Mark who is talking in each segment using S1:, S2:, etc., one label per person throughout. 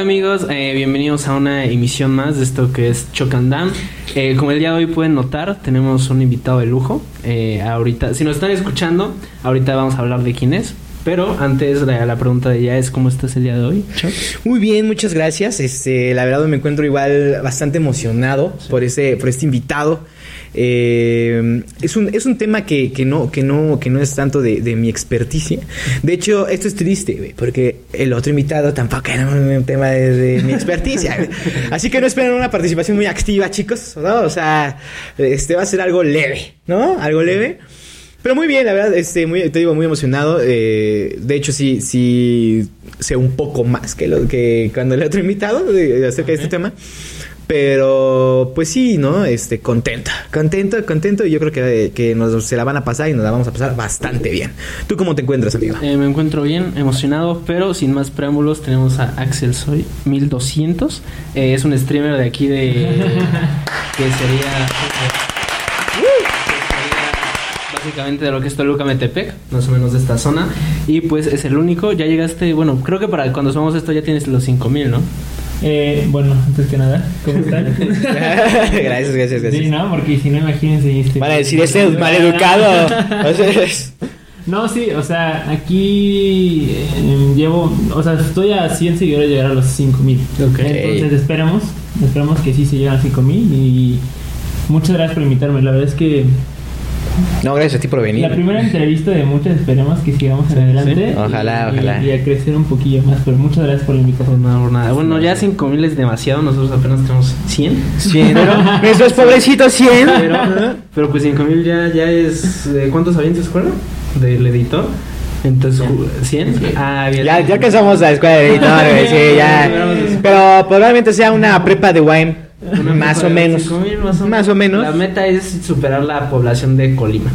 S1: amigos, bienvenidos a una emisión más de esto que es Choc and Dam. Como el día de hoy pueden notar, tenemos un invitado de lujo. Ahorita, si nos están escuchando, ahorita vamos a hablar de quién es. Pero antes la pregunta de ella es ¿cómo estás el día de hoy, Choc?
S2: Muy bien, muchas gracias. La verdad me encuentro igual bastante emocionado por este invitado. Es un tema que no es tanto de mi experticia. De hecho, esto es triste, güey, porque el otro invitado tampoco era un tema de mi experticia, güey. Así que no esperen una participación muy activa, chicos, ¿no? O sea, va a ser algo leve, ¿no? Algo leve. Pero muy bien, la verdad, te digo, muy emocionado. De hecho, sí sé un poco más que cuando el otro invitado acerca de este tema. Pero, pues sí, ¿no? Contento. Y yo creo que se la van a pasar y nos la vamos a pasar bastante bien. ¿Tú cómo te encuentras, amigo?
S1: Me encuentro bien, emocionado, pero sin más preámbulos tenemos a Axel Soy 1200. Es un streamer de aquí que sería básicamente de lo que es Toluca Metepec, más o menos de esta zona. Y pues es el único. Ya llegaste, bueno, creo que para cuando subamos esto ya tienes los 5000, ¿no?
S3: Bueno, antes que nada, ¿cómo están?
S2: Gracias.
S3: Sí, no, porque si no, imagínense.
S2: Van a decir, este es maleducado.
S3: No, sí, o sea, aquí estoy a 100 seguidores de llegar a los 5000.
S2: Okay.
S3: Entonces esperamos que sí se lleguen a 5000. Y muchas gracias por invitarme. La verdad es que
S2: no, gracias a ti por venir.
S3: La primera entrevista de muchas, esperemos que sigamos adelante.
S2: Sí. Ojalá.
S3: Y a crecer un poquillo más, pero muchas gracias por la invitación.
S1: Nada. Bueno, ya 5000 es demasiado, nosotros apenas tenemos 100.
S2: Pero nuestros pobrecitos 100.
S1: Pero pues 5000 ya es... ¿Cuántos avientos fueron? Del editor. Entonces, 100. Bien.
S2: Ya que somos la escuela de editor, sí, ya. Pero probablemente sea una prepa de wine. Más o menos.
S1: 5000
S2: más o menos.
S1: La meta es superar la población de Colima.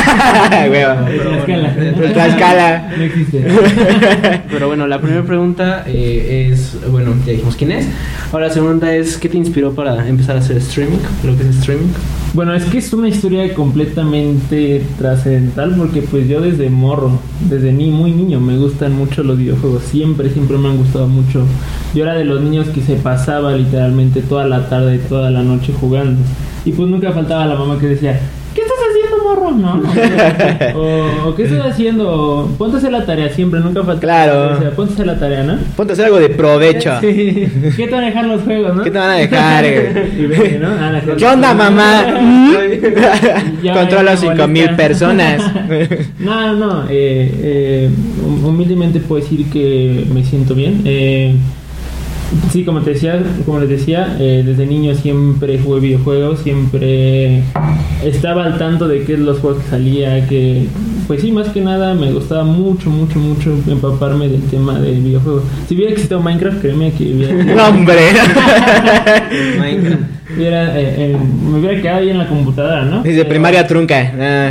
S2: Tlaxcala.
S3: No existe.
S1: Pero bueno, la primera pregunta es, bueno, ya dijimos quién es. Ahora la segunda es, ¿qué te inspiró para empezar a hacer streaming? Lo que es streaming.
S3: Bueno, es que es una historia completamente trascendental porque pues yo desde morro, muy niño, me gustan mucho los videojuegos. Siempre me han gustado mucho. Yo era de los niños que se pasaba literalmente toda la tarde, toda la noche jugando. Y pues nunca faltaba la mamá que decía, ¿qué estás haciendo, morro? ¿No? O ¿qué estás haciendo? Ponte a hacer la tarea siempre, nunca faltaba.
S2: Claro.
S3: O sea, ponte a hacer la tarea, ¿no?
S2: Ponte a hacer algo de provecho.
S3: Sí. ¿Qué te van a dejar los juegos, no?
S2: ¿Qué te van a dejar?
S3: ¿No?
S2: ¿Qué onda, mamá? Controla 5000 personas.
S3: No. Humildemente puedo decir que me siento bien. Sí, como les decía, desde niño siempre jugué videojuegos, siempre estaba al tanto de qué es los juegos que salía, que pues sí, más que nada me gustaba mucho empaparme del tema de videojuegos. Si hubiera existido Minecraft, créeme que hubiera...
S2: ¡Hombre!
S3: Minecraft. Me hubiera quedado ahí en la computadora, ¿no?
S2: Desde primaria trunca.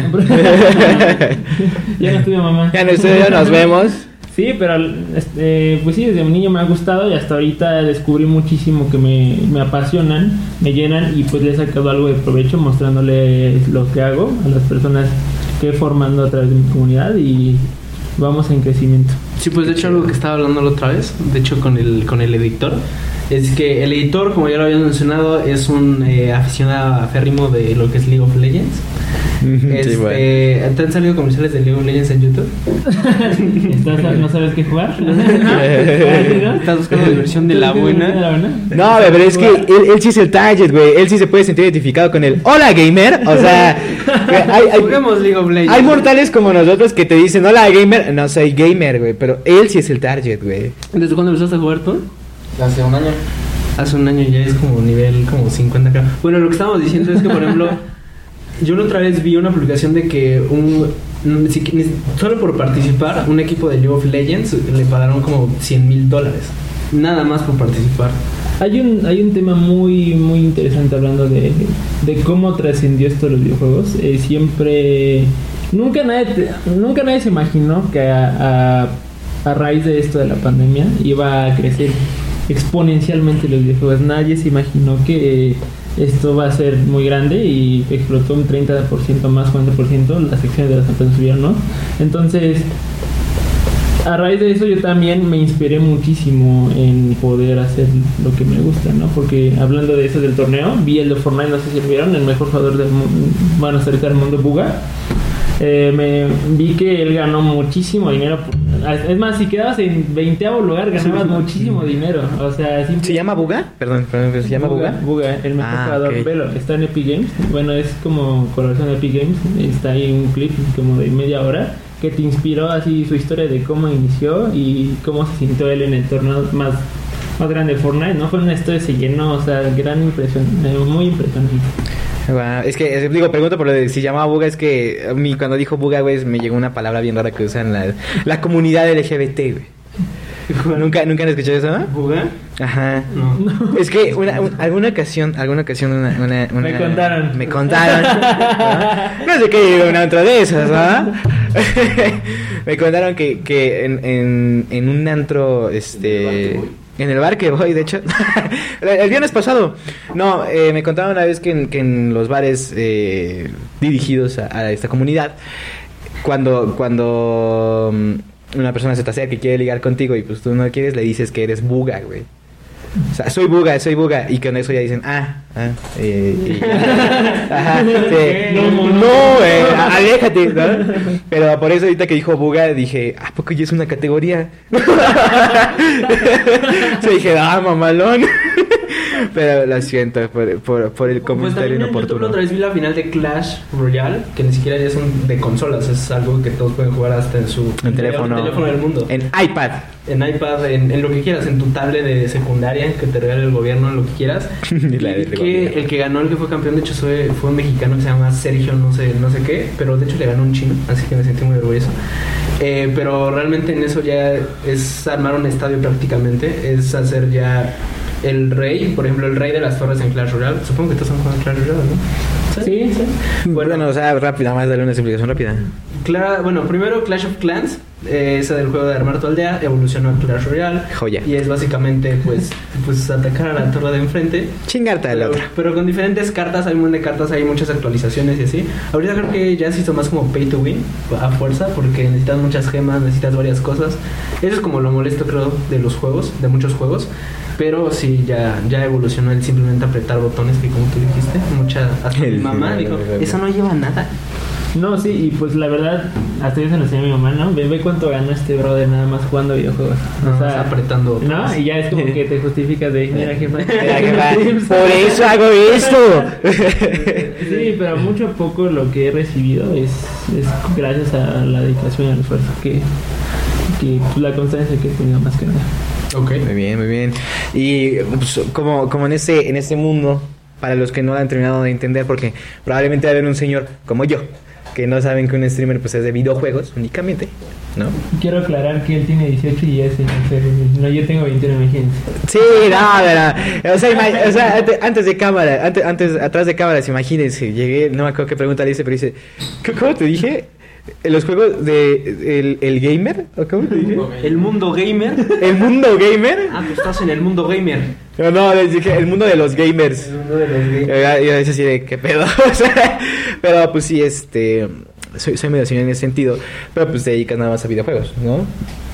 S3: Ya no estudio, mamá.
S2: Ya no estudio, nos vemos.
S3: Sí, pero pues sí, desde un niño me ha gustado y hasta ahorita descubrí muchísimo que me apasionan, me llenan y pues le he sacado algo de provecho mostrándole lo que hago a las personas que he formando a través de mi comunidad y vamos en crecimiento.
S1: Sí, pues de hecho algo que estaba hablando la otra vez, de hecho con el editor, es que el editor, como ya lo habías mencionado, es un aficionado aférrimo de lo que es League of Legends.
S2: Sí, bueno.
S1: ¿Te han salido comerciales de League of Legends en YouTube?
S3: ¿No sabes qué jugar?
S1: ¿Estás buscando la diversión de la buena?
S2: No, pero es que él sí es el target, güey. Él sí se puede sentir identificado con el hola gamer. O sea,
S1: juguemos League of Legends.
S2: Hay mortales como nosotros que te dicen hola gamer. No soy gamer, güey. Pero él sí es el target, güey.
S1: ¿Desde cuándo empezaste a jugar tú?
S4: Hace un año.
S1: Hace un año ya es como nivel como 50 creo. Bueno, lo que estábamos diciendo es que, por ejemplo, yo la otra vez vi una publicación de que solo por participar, un equipo de League of Legends le pagaron como $100,000. Nada más por participar.
S3: Hay un tema muy interesante hablando de cómo trascendió esto de los videojuegos. Nunca nadie se imaginó que a raíz de esto de la pandemia iba a crecer exponencialmente los videojuegos. Nadie se imaginó que esto va a ser muy grande y explotó un 30% más, 40%, las secciones de las empresas subieron, ¿no? Entonces, a raíz de eso yo también me inspiré muchísimo en poder hacer lo que me gusta, ¿no? Porque hablando de eso del torneo, vi el de Fortnite, no sé si lo vieron, el mejor jugador del mundo, bueno, cerca del mundo, Buga. Me vi que él ganó muchísimo dinero. Es más, si quedabas en 20º lugar, ganabas muchísimo dinero. O sea,
S2: ¿se llama Buga? Perdón, ¿se llama Buga?
S3: Buga, el mejor jugador.
S2: Okay.
S3: Velo, está en Epic Games. Bueno, es como colaboración de Epic Games. Está ahí un clip como de media hora que te inspiró así su historia de cómo inició y cómo se sintió él en el torneo más grande de Fortnite. No fue una historia, se llenó, o sea, gran impresión, muy impresionante.
S2: Bueno, es que, pregunto por lo de si llamaba Buga, es que a mí cuando dijo Buga, güey, me llegó una palabra bien rara que usan la comunidad LGBT, güey. ¿Nunca han escuchado eso, no?
S1: ¿Buga?
S2: Ajá.
S1: No.
S2: Es que alguna ocasión una
S3: Me contaron.
S2: ¿no? No sé qué, una otra de esas, ¿no? Me contaron que en un antro, en el bar que voy, de hecho, el viernes pasado, no, me contaron una vez que en los bares dirigidos a esta comunidad, cuando una persona se te acerca y quiere ligar contigo y pues tú no quieres, le dices que eres Buga, güey. O sea, soy Buga, y con eso ya dicen, ajá, aléjate, ¿no? Pero por eso ahorita que dijo Buga, dije, ¿poco ya es una categoría? Dije, mamalón. Pero lo siento por el comentario
S1: pues
S2: inoportuno.
S1: Otra vez vi la final de Clash Royale, que ni siquiera ya son de consolas, es algo que todos pueden jugar hasta en su
S2: teléfono
S1: del mundo.
S2: En iPad.
S1: En iPad, en lo que quieras, en tu tablet de secundaria que te regale el gobierno, en lo que quieras. El que ganó, el que fue campeón, de hecho fue un mexicano que se llama Sergio no sé qué, pero de hecho le ganó un chino, así que me sentí muy orgulloso. Pero realmente en eso ya es armar un estadio prácticamente, es hacer ya el rey, por ejemplo, el rey de las torres en Clash Royale. Supongo que todos han jugado en Clash Royale, ¿no?
S3: Sí.
S2: Bueno, o sea, rápida, más darle una explicación rápida.
S1: Claro, bueno, primero Clash of Clans, ese del juego de armar tu aldea, evolucionó a Clash Royale.
S2: Joya.
S1: Y es básicamente, pues atacar a la torre de enfrente.
S2: Chingarte a la otra.
S1: Pero con diferentes cartas, hay un montón de cartas, hay muchas actualizaciones y así. Ahorita creo que ya se hizo más como pay to win, a fuerza, porque necesitas muchas gemas, necesitas varias cosas. Eso es como lo molesto, creo, de los juegos, de muchos juegos. Pero sí, ya evolucionó el simplemente apretar botones, que como tú dijiste, hasta mi mamá dijo, eso no lleva nada.
S3: No, sí, y pues la verdad, hasta yo se lo enseñé a mi mamá, ¿no? Ve cuánto gana este brother nada más jugando videojuegos.
S1: O sea, apretando botones.
S3: ¿No? Y ya es como que te justificas de, mira, jefa.
S2: Por eso hago esto.
S3: Sí, pero mucho a poco lo que he recibido es gracias a la dedicación y al esfuerzo que pues, la constancia que he tenido más que nada.
S1: Ok.
S2: Muy bien. Y pues, como en este mundo, para los que no lo han terminado de entender, porque probablemente va a haber un señor como yo, que no saben que un streamer pues es de videojuegos únicamente, ¿no?
S3: Quiero aclarar que él tiene 18 y es no, yo tengo 21, imagínense.
S2: Sí, no, o sea, antes de cámara, atrás de cámaras, imagínense, llegué, no me acuerdo qué pregunta le hice, pero dice, ¿cómo te dije? ¿Los juegos de el gamer? ¿O cómo te dije?
S1: ¿El mundo gamer?
S2: ¿El mundo gamer?
S1: Pues estás en el mundo gamer.
S2: No, les dije el mundo de los gamers.
S1: El mundo de los gamers.
S2: Yo decía así de qué pedo. O sea, pero pues sí, soy medio señor en ese sentido. Pero pues te dedicas nada más a videojuegos, ¿no?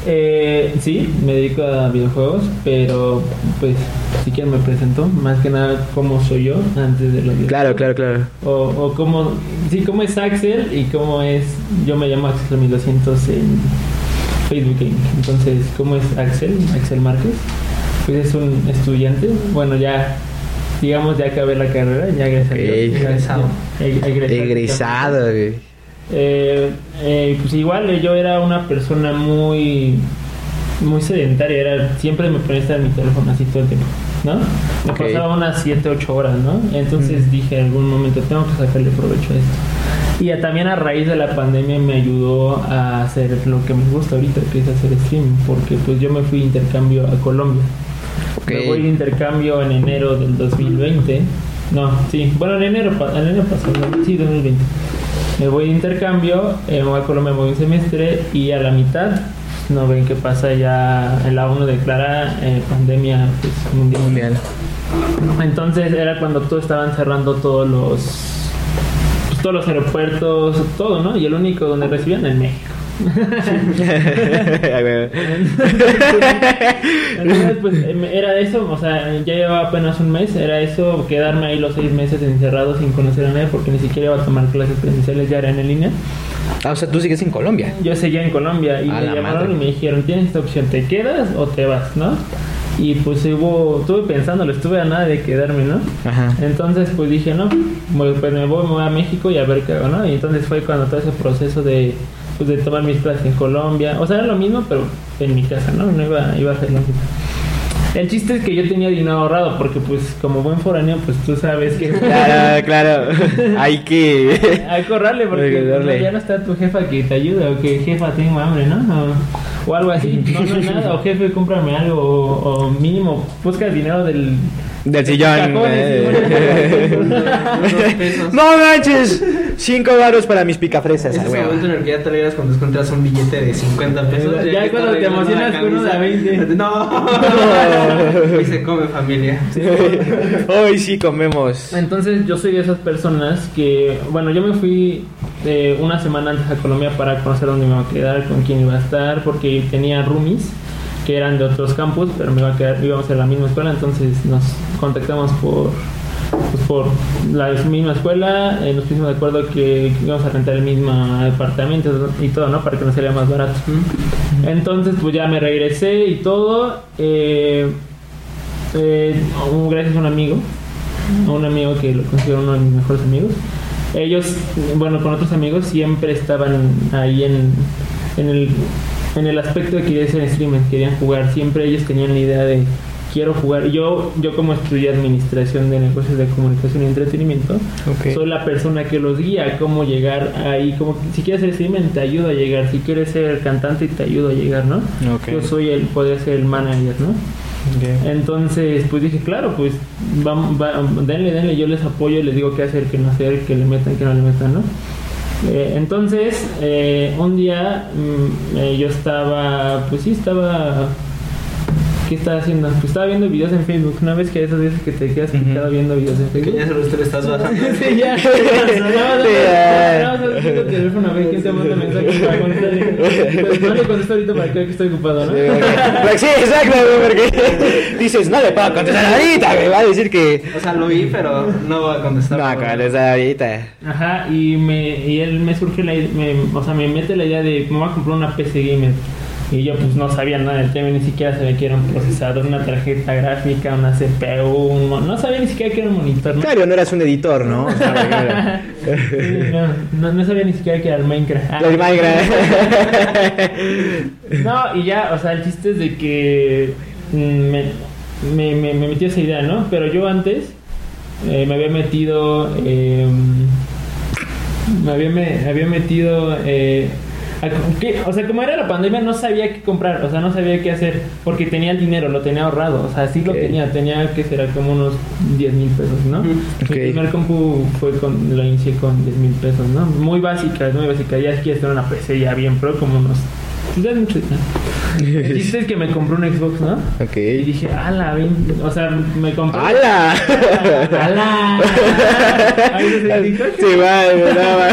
S3: Sí, me dedico a videojuegos, pero pues si quieren me presento, más que nada cómo soy yo antes de los videojuegos.
S2: Claro.
S3: O cómo es Axel y cómo es, yo me llamo Axel 1200 en Facebook Gaming. Entonces, ¿cómo es Axel Márquez? Pues es un estudiante, bueno ya, digamos ya acabé la carrera, ya
S2: egresado, güey.
S3: Pues igual yo era una persona muy sedentaria, siempre me ponía a estar en mi teléfono así todo el tiempo, ¿no? Me pasaba unas 7-8 horas, ¿no? Entonces dije en algún momento tengo que sacarle provecho a esto. Y también a raíz de la pandemia me ayudó a hacer lo que me gusta ahorita, que es hacer streaming, porque pues yo me fui de intercambio a Colombia. Me voy de intercambio en enero del 2020. En enero pasado, sí, 2020. Me voy de intercambio, me voy a Colombia, me voy un semestre y a la mitad, no ven qué pasa ya, en la ONU declara pandemia pues, mundial. Entonces era cuando todos estaban cerrando todos los aeropuertos, todo, ¿no? Y el único donde recibían en México. Entonces, pues era eso, o sea, ya llevaba apenas un mes, era eso, quedarme ahí los 6 meses encerrado sin conocer a nadie, porque ni siquiera iba a tomar clases presenciales, ya eran en línea.
S2: Ah, o sea, tú sigues en Colombia.
S3: Yo seguía en Colombia y
S2: A
S3: me
S2: la
S3: llamaron
S2: madre.
S3: y me dijeron, tienes esta opción, ¿te quedas o te vas, no? Y pues estuve pensándolo, estuve a nada de quedarme, ¿no?
S2: Ajá.
S3: Entonces pues dije, no, pues me voy a México y a ver qué hago, ¿no? Y entonces fue cuando todo ese proceso de tomar mis clases en Colombia, o sea, era lo mismo, pero en mi casa, ¿no? No iba a hacer lo mismo. El chiste es que yo tenía dinero ahorrado, porque pues como buen foráneo, pues tú sabes que...
S2: Claro. Hay que
S3: ahorrarle, porque
S2: Hay que darle.
S3: ya no está tu jefa que te ayuda, o que jefa tengo hambre, ¿no? O algo así, no nada, o jefe cómprame algo, o mínimo busca dinero del
S2: sillón.
S1: Unos pesos.
S2: No manches. 5 varos para mis picafresas.
S1: Ese es el
S2: huevo.
S1: momento en el que ya te alegras cuando encuentras un billete de 50 pesos.
S3: Ya
S1: que
S3: cuando
S1: está
S3: te
S1: arreglando
S3: emocionas
S1: la
S3: con uno de
S1: camisa.
S3: 20.
S1: No. Y se come, familia.
S2: Hoy sí comemos.
S3: Entonces yo soy de esas personas que, bueno, yo me fui una semana antes a Colombia para conocer dónde me iba a quedar, con quién iba a estar, porque tenía roomies que eran de otros campus, pero íbamos a la misma escuela, entonces nos contactamos por la misma escuela, nos pusimos de acuerdo que íbamos a rentar el mismo departamento y todo, ¿no? Para que nos saliera más barato. Entonces pues ya me regresé y todo, gracias a un amigo que lo considero uno de mis mejores amigos. Ellos, bueno, con otros amigos siempre estaban ahí en el aspecto de que querían ser streamers, querían jugar. Siempre ellos tenían la idea de quiero jugar. Yo como estudié administración de negocios de comunicación y entretenimiento, soy la persona que los guía a cómo llegar ahí. Como si quieres ser streamer, te ayudo a llegar. Si quieres ser cantante, te ayudo a llegar, ¿no? Yo soy podría ser el manager, ¿no? Entonces pues dije, claro, pues denle, yo les apoyo, les digo qué hacer, qué no hacer, que le metan, que no le metan, ¿no? Entonces un día yo estaba, ¿qué estaba haciendo? Pues estaba viendo videos en Facebook. Una vez que esas veces que te quedas picado viendo videos en Facebook.
S1: Que ya solo te lo estás bajando.
S3: Sí, ya. No, el teléfono a ver quién te manda mensajes para contestar. Pues no le contesto ahorita para que estoy ocupado, ¿no?
S2: Sí, exacto, porque dices, no le puedo contestar ahorita, me va a decir que...
S1: O sea, lo vi, pero no voy a contestar.
S2: No, contestar ahorita.
S3: Ajá, y él me surge me mete la idea de me voy a comprar una PC gamer. Y yo pues no sabía nada del tema, ni siquiera sabía que era un procesador, una tarjeta gráfica, una CPU, no sabía ni siquiera que era un monitor, ¿no?
S2: Claro, no eras un editor, ¿no? O sea,
S3: Sí, no sabía ni siquiera que era el Minecraft.
S2: el Minecraft.
S3: No, y ya, o sea, el chiste es de que me metió esa idea, ¿no? Pero yo antes me había metido o sea, como era la pandemia, no sabía qué comprar, o sea, no sabía qué hacer, porque tenía el dinero, lo tenía ahorrado, o sea, sí lo tenía que será como unos 10,000 pesos, ¿no? Mi primer compu lo inicié con 10,000 pesos, ¿no? Muy básica, ya es que tener una PC ya bien pro, como unos... Ya es mucho dinero. El chiste es que me compré un Xbox, ¿no? Y dije, ala, o sea, me compré...
S2: ¡Hala!
S3: ¡Ala! ¿Has visto ese TikTok?
S2: Sí, va.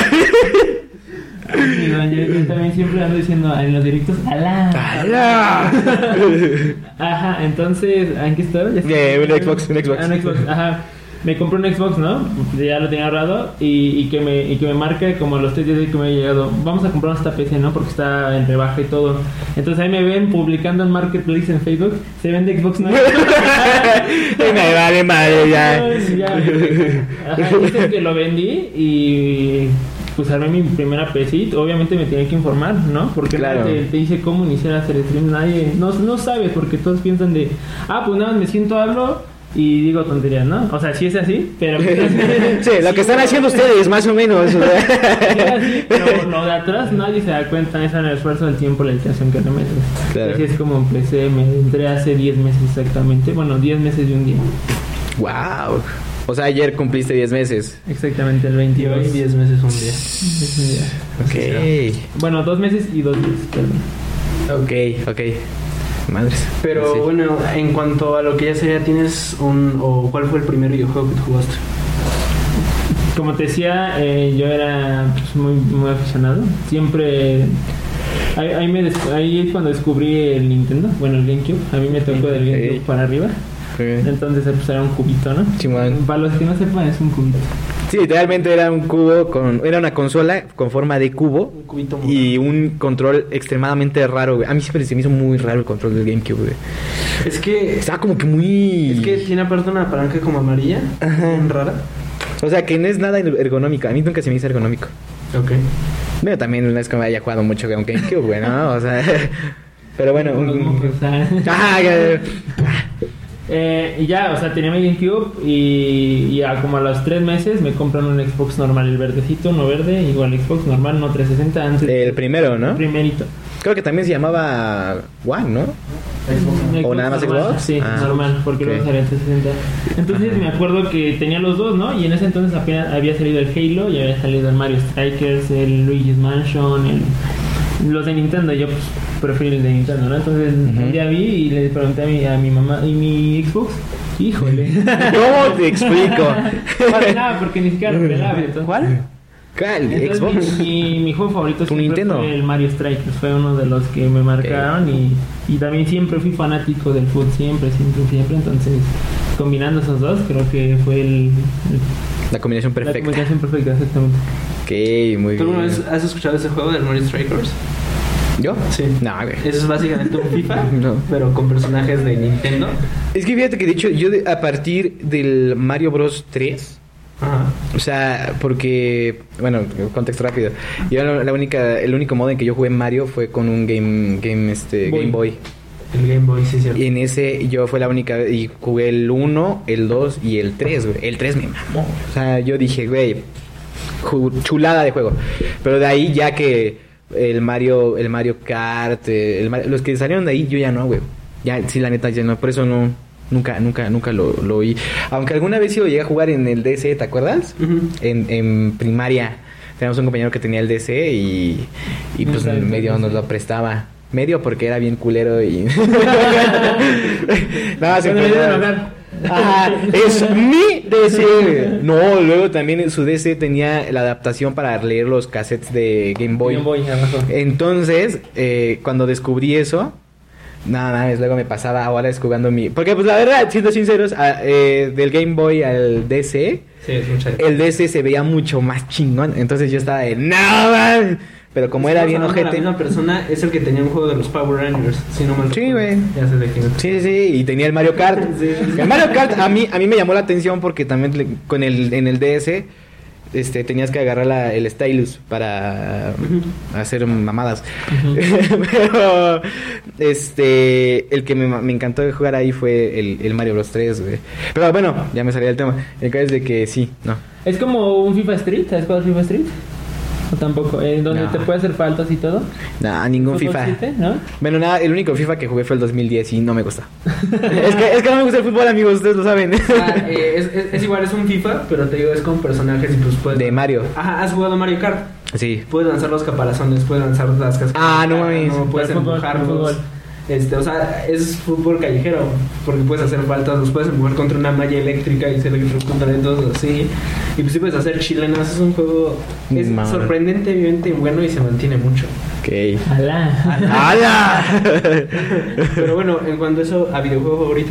S3: Yo también siempre ando diciendo en los directos ¡ala! Ajá, entonces, ¿en qué estaba?
S2: Un Xbox.
S3: Un Xbox, ajá. Me compré un Xbox, ¿no? Ya lo tenía ahorrado y que me marque como a los 3 días de que me haya llegado. Vamos a comprarnos esta PC, ¿no? Porque está en rebaja y todo. Entonces ahí me ven publicando en Marketplace en Facebook. Se vende Xbox, ¿no?
S2: Me vale madre ya.
S3: Ajá, dice que lo vendí y... pues armé mi primera PC. Obviamente me tenía que informar, ¿no? Porque
S2: claro,
S3: nadie te dice cómo iniciar a hacer stream. Nadie, no sabe, porque todos piensan de, pues nada, me siento, hablo y digo tonterías, ¿no? O sea, sí es así, pero...
S2: sí, lo que están haciendo ustedes, más o menos.
S3: Sí, así, pero lo de atrás nadie se da cuenta, es el esfuerzo, el tiempo, la dedicación que le metes.
S2: Claro.
S3: Así es como empecé, me entré hace 10 meses exactamente. Bueno, 10 meses y un día.
S2: Wow. O sea, ayer cumpliste 10 meses.
S3: Exactamente, el 22.
S1: Hoy 10 meses un día.
S3: Es un día.
S2: Ok.
S3: Bueno, 2 meses y 2 días, perdón.
S2: Ok. Madres.
S1: Pero
S2: sí,
S1: bueno, en cuanto a lo que ya sería, ¿tienes o cuál fue el primer videojuego que tú jugaste?
S3: Como te decía, yo era pues, muy aficionado. Siempre Ahí es cuando descubrí el Nintendo, bueno, el GameCube. A mí me tocó del GameCube para arriba. Entonces pues era un cubito, ¿no?
S2: Chimón.
S3: Para los que no sepan, es un cubito.
S2: Sí, literalmente era un cubo era una consola con forma de cubo.
S1: Un cubito
S2: y un control extremadamente raro, güey. A mí siempre se me hizo muy raro el control del GameCube, güey.
S1: Es que
S2: Estaba como que muy...
S1: Es que tiene aparte una palanca como amarilla, bien rara.
S2: O sea, que no es nada ergonómica. A mí nunca se me hizo ergonómico.
S1: Ok.
S2: Bueno, también no es que me haya jugado mucho con GameCube, güey, ¿no? O sea... Pero bueno...
S3: Y ya, o sea, tenía mi GameCube y como a los 3 meses me compran un Xbox normal, el verdecito, no verde, igual Xbox normal, no 360 antes.
S2: El primero, ¿no?
S3: El primerito.
S2: Creo que también se llamaba One, ¿no?
S3: Xbox
S2: ¿O nada más
S3: normal,
S2: Xbox?
S3: Sí, normal, porque luego salía el 360. Entonces me acuerdo que tenía los dos, ¿no? Y en ese entonces apenas había salido el Halo y había salido el Mario Strikers, el Luigi's Mansion, los de Nintendo. Yo pues prefiero el de Nintendo, ¿no? Entonces un día vi y le pregunté a mi mamá, ¿y mi Xbox? Híjole.
S2: ¿Cómo te explico?
S3: Vale, nada, porque ni siquiera lo pelaba.
S2: ¿Cuál?
S3: Entonces,
S2: ¿Xbox?
S3: Mi juego favorito siempre
S2: Nintendo?
S3: fue el Mario Strikers. Fue uno de los que me marcaron y también siempre fui fanático del fútbol, siempre. Entonces, combinando esos dos, creo que fue
S2: la combinación perfecta.
S3: La combinación perfecta, exactamente.
S2: Ok, muy
S1: ¿Tú
S2: bien.
S1: alguna vez has escuchado ese juego del Mario Strikers?
S2: ¿Yo?
S1: Sí.
S2: No, güey.
S1: Eso es básicamente un FIFA,
S2: No.
S1: pero con personajes de Nintendo.
S2: Es que fíjate que de hecho yo a partir del Mario Bros 3,
S1: Ajá.
S2: o sea, porque, bueno, contexto rápido. Yo el único modo en que yo jugué Mario fue con un Game Boy.
S1: El Game Boy, sí, cierto.
S2: Y en ese yo fue la única vez y jugué el 1, el 2 y el 3, güey. El 3 me mamó. O sea, yo dije, güey, chulada de juego. Pero de ahí ya que el Mario Kart, los que salieron de ahí, yo ya no, güey. Ya, sí, la neta, ya no. Por eso no, nunca lo oí. Aunque alguna vez sí lo llegué a jugar en el DS, ¿te acuerdas?
S1: Uh-huh.
S2: En primaria. Teníamos un compañero que tenía el DS y pues medio nos lo prestaba. Medio porque era bien culero y... Nada, se es mi DC. No, luego también su DC tenía la adaptación para leer los cassettes de Game Boy. Entonces, cuando descubrí eso, nada más, luego me pasaba horas jugando porque pues la verdad, siendo sinceros, del Game Boy al DC,
S1: sí,
S2: el DC se veía mucho más chingón. Entonces yo estaba de... ¡No, man! Pero como era bien ojete... La
S1: misma persona es el que tenía un juego de los Power Rangers, si no me
S2: Sí, güey.
S1: Ya sé de quién.
S2: Sí, y tenía el Mario Kart.
S1: Sí.
S2: El Mario Kart a mí me llamó la atención porque también en el DS tenías que agarrar el stylus para hacer mamadas. Pero el que me encantó de jugar ahí fue el Mario Bros 3, güey. Pero bueno, ya me salía del tema. El caso es de que sí, no.
S3: Es como un FIFA Street, ¿sabes cuál es FIFA Street? ¿O tampoco? ¿Donde te puede hacer faltas y todo?
S2: No, ningún FIFA.
S3: 7, ¿no?
S2: Bueno, nada, el único FIFA que jugué fue el 2010 y no me gusta. es que no me gusta el fútbol, amigos, ustedes lo saben.
S1: Es igual, es un FIFA, pero te digo, es con personajes y pues puedes...
S2: De Mario.
S1: Ajá, ¿has jugado Mario Kart?
S2: Sí.
S1: Puedes lanzar los caparazones, puedes lanzar las cascas.
S2: No mames.
S1: No, puedes empujarlos. O sea, es fútbol callejero, porque puedes hacer faltas, los puedes empujar contra una malla eléctrica y se electrocutan todos así. Y pues sí puedes hacer chilenas, es un juego sorprendentemente bueno y se mantiene mucho.
S2: Ok.
S3: ¡Hala!
S1: Pero bueno, en cuanto a eso, ¿a videojuego favorito?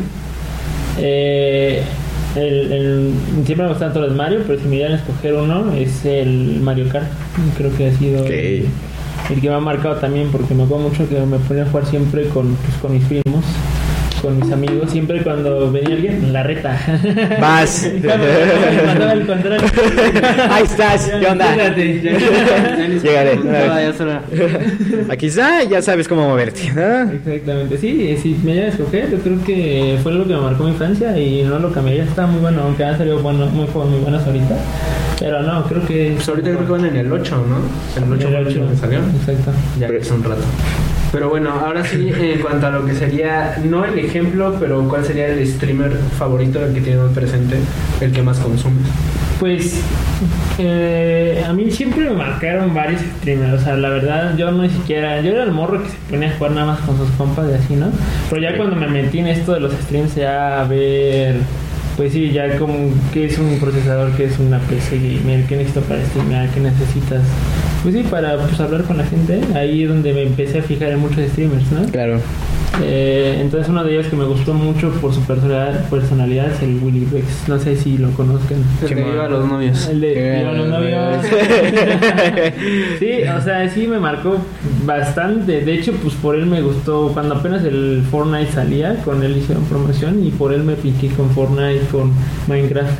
S3: Siempre me gustan todos los Mario, pero si me dieran a escoger uno, es el Mario Kart. Creo que ha sido el que me ha marcado también, porque me acuerdo mucho que me ponía a jugar siempre con mis primos, con mis amigos. Siempre cuando venía alguien, la reta.
S2: Vas.
S3: Pasaba el control.
S2: Ahí estás, ¿qué onda? Llegaré. Aquí está, ya sabes cómo moverte, ¿no?
S3: Exactamente, sí, si me dieran a escoger, yo creo que fue lo que me marcó mi infancia y no lo cambiaría. Está muy bueno, aunque han salido muy buenos ahorita. Pero no, creo que...
S1: Pues ahorita creo que van en el 8, ¿no? El 8 fue el último que salió.
S3: Exacto.
S1: Ya es un rato. Pero bueno, ahora sí, en cuanto a lo que sería, no el ejemplo, pero ¿cuál sería el streamer favorito, el que tiene presente, el que más consumes?
S3: Pues a mí siempre me marcaron varios streamers. O sea, la verdad, yo era el morro que se ponía a jugar nada más con sus compas y así, ¿no? Pero ya cuando me metí en esto de los streams, ya a ver... Pues sí, ya como qué es un procesador, qué es una PC gamer, qué necesito para streamear, qué necesitas Pues sí, para pues, hablar con la gente. Ahí es donde me empecé a fijar en muchos streamers, ¿no?
S2: Claro.
S3: Entonces uno de ellos que me gustó mucho por su personalidad es el Willy Rex. No sé si lo conozcan.
S1: El de Viva los Novios.
S3: El de Viva los Novios. Sí, o sea, sí me marcó bastante. De hecho, pues por él me gustó. Cuando apenas el Fortnite salía, con él hicieron promoción y por él me piqué con Fortnite, con Minecraft.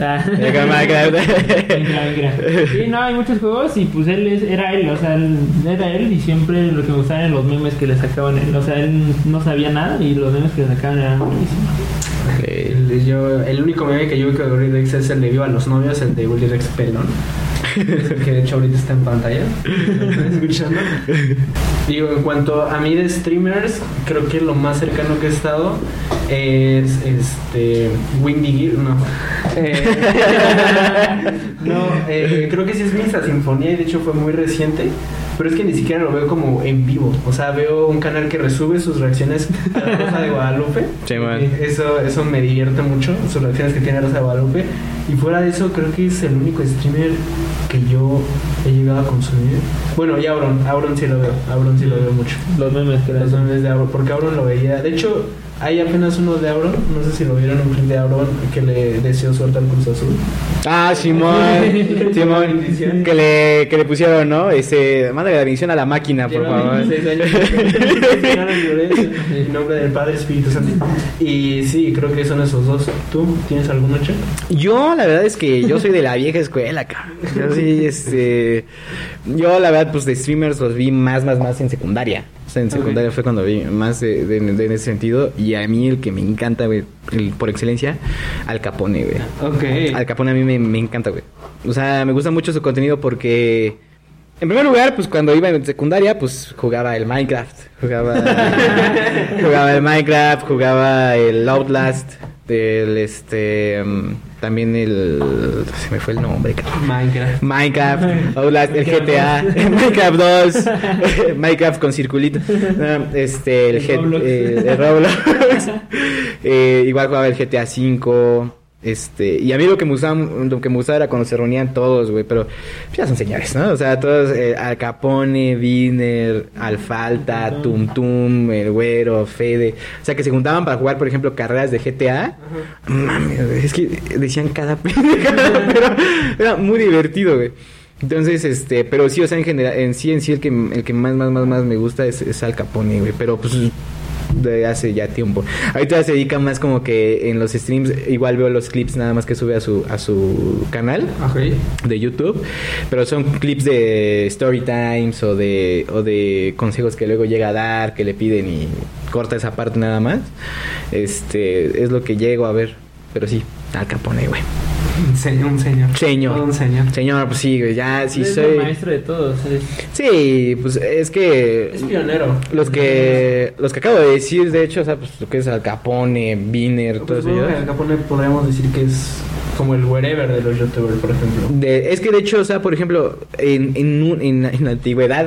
S3: Sí, no, hay muchos juegos y pues era él, o sea, era él y siempre lo que me gustaban eran los memes que le sacaban él. O sea, él no sabía nada y los memes que le sacaban eran buenísimos.
S1: El único meme que yo veo que Willy Rex es el de Viva los Novios, el de Willy Rex pelón. Es el que de hecho ahorita está en pantalla. ¿Lo están escuchando? Digo, en cuanto a mí de streamers, creo que lo más cercano que he estado es Windy Gear, creo que sí es Misa Sinfonía y de hecho fue muy reciente. Pero es que ni siquiera lo veo como en vivo. O sea, veo un canal que resube sus reacciones a la Rosa de Guadalupe.
S2: Sí, man.
S1: Eso me divierte mucho, sus reacciones que tiene Rosa de Guadalupe. Y fuera de eso, creo que es el único streamer que yo he llegado a consumir. Bueno, y Auron sí lo veo mucho.
S3: Los memes que
S1: Los memes de Auron, porque Auron lo veía. De hecho, hay apenas uno de Auron, no sé si lo vieron, un clip de Auron que le deseó suerte al Cruz Azul.
S2: Ah, Simón, que le pusieron, ¿no? Mándale la bendición a la máquina, por favor.
S1: 6 años en nombre del Padre Espíritu Santo. Y sí, creo que son esos dos. ¿Tú tienes alguno, Che?
S2: Yo, la verdad es que yo soy de la vieja escuela, cabrón. Yo sí, yo la verdad, pues de streamers los vi más en secundaria. O sea, en secundaria fue cuando vi más de en ese sentido. Y a mí el que me encanta, güey, por excelencia, Al Capone, güey.
S1: Ok.
S2: Al Capone a mí me encanta, güey. O sea, me gusta mucho su contenido porque... En primer lugar, pues cuando iba en secundaria, pues jugaba el Minecraft. Jugaba el Minecraft, jugaba el Outlast, también se me fue el nombre, Minecraft, Outlast, el GTA, Minecraft 2, Minecraft con circulito, el Roblox. Igual jugaba el GTA 5. Y a mí lo que me gustaba era cuando se reunían todos, güey, pero ya son señores, ¿no? O sea, todos, Al Capone, Viner, Alfalta, Tum Tum, el Güero, Fede, o sea, que se juntaban para jugar, por ejemplo, carreras de GTA. Mames, es que decían cada pendejada, pero era muy divertido, güey. Entonces, pero sí, o sea, en general, en sí el que más me gusta es Al Capone, güey, pero pues de hace ya tiempo. Ahorita se dedica más como que en los streams, igual veo los clips nada más que sube a su canal de YouTube, pero son clips de story times o de consejos que luego llega a dar, que le piden y corta esa parte nada más. Es lo que llego a ver, pero sí, Al Capone, güey.
S1: Un señor. Todo un señor.
S2: Señor, pues sí, güey, ya sí
S3: es
S2: soy...
S3: el maestro de todos.
S2: Sí, pues es que...
S1: Es pionero.
S2: Los que acabo de decir, de hecho, o sea, pues lo que es Al Capone, Viner, todo eso.
S1: Al Capone podríamos decir que es como el wherever de los youtubers, por ejemplo.
S2: Es que de hecho, o sea, por ejemplo, en la antigüedad,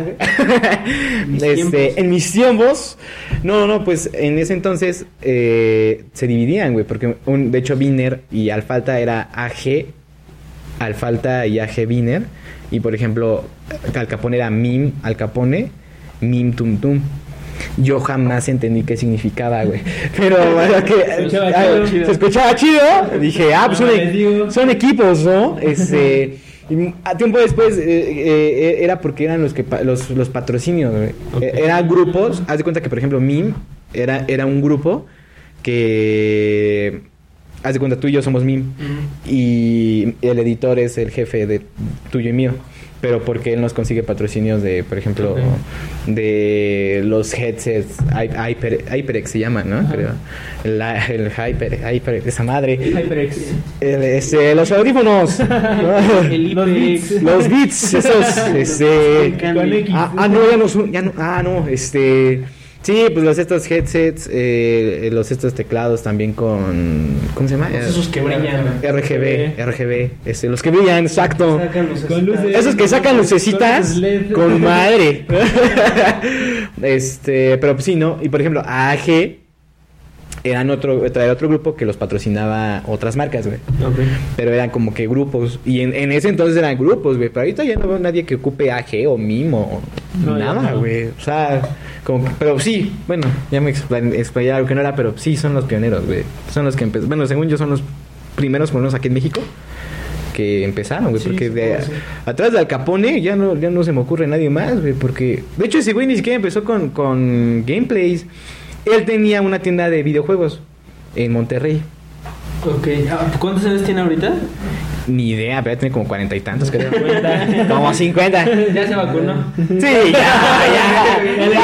S2: en mis tiempos, pues en ese entonces se dividían, güey, porque de hecho Viner y Alfalta era AG, Alfalta y AG Viner, y por ejemplo, Al Capone era Mim Al Capone, Mim Tum Tum. Yo jamás entendí qué significaba, güey. Pero bueno, que se escuchaba chido. Dije, pues son equipos, ¿no? Y a tiempo después era porque eran los patrocinios, güey. Eran grupos. Haz de cuenta que, por ejemplo, MIM era un grupo que... Haz de cuenta, tú y yo somos MIM. Y el editor es el jefe de tuyo y mío. Pero porque él nos consigue patrocinios de, por ejemplo, de los headsets HyperX se llama, ¿no? Creo. El HyperX, esa madre.
S3: HyperX.
S2: Los audífonos.
S3: Los Beats.
S2: Los Beats, esos. Sí, pues estos headsets, estos teclados también con... ¿Cómo se llama?
S1: Esos que brillan.
S2: RGB. Los que brillan, exacto.
S3: Con luces.
S2: Esos que sacan lucecitas con madre. Pero pues sí, ¿no? Y por ejemplo, AG traer otro grupo que los patrocinaba otras marcas, güey.
S1: Ok.
S2: Pero eran como que grupos. Y en ese entonces eran grupos, güey. Pero ahorita ya no veo nadie que ocupe AG o Mimo.
S3: No,
S2: Nada,
S3: no.
S2: güey. O sea, como que, pero sí, bueno, ya me explayé algo que no era, pero sí son los pioneros, güey. Son los que empezaron. Bueno, según yo, son los primeros, por lo menos aquí en México, que empezaron, güey.
S1: Sí,
S2: Porque
S1: sí.
S2: atrás de Al Capone ya no se me ocurre nadie más, güey. Porque, de hecho, ese güey ni siquiera empezó con gameplays. Él tenía una tienda de videojuegos en Monterrey.
S1: Ok. ¿Cuántos años tiene ahorita?
S2: Ni idea, pero ya tiene como 40 y tantos, creo.
S3: 50.
S2: Como 50.
S1: Ya se vacunó.
S2: Sí, ya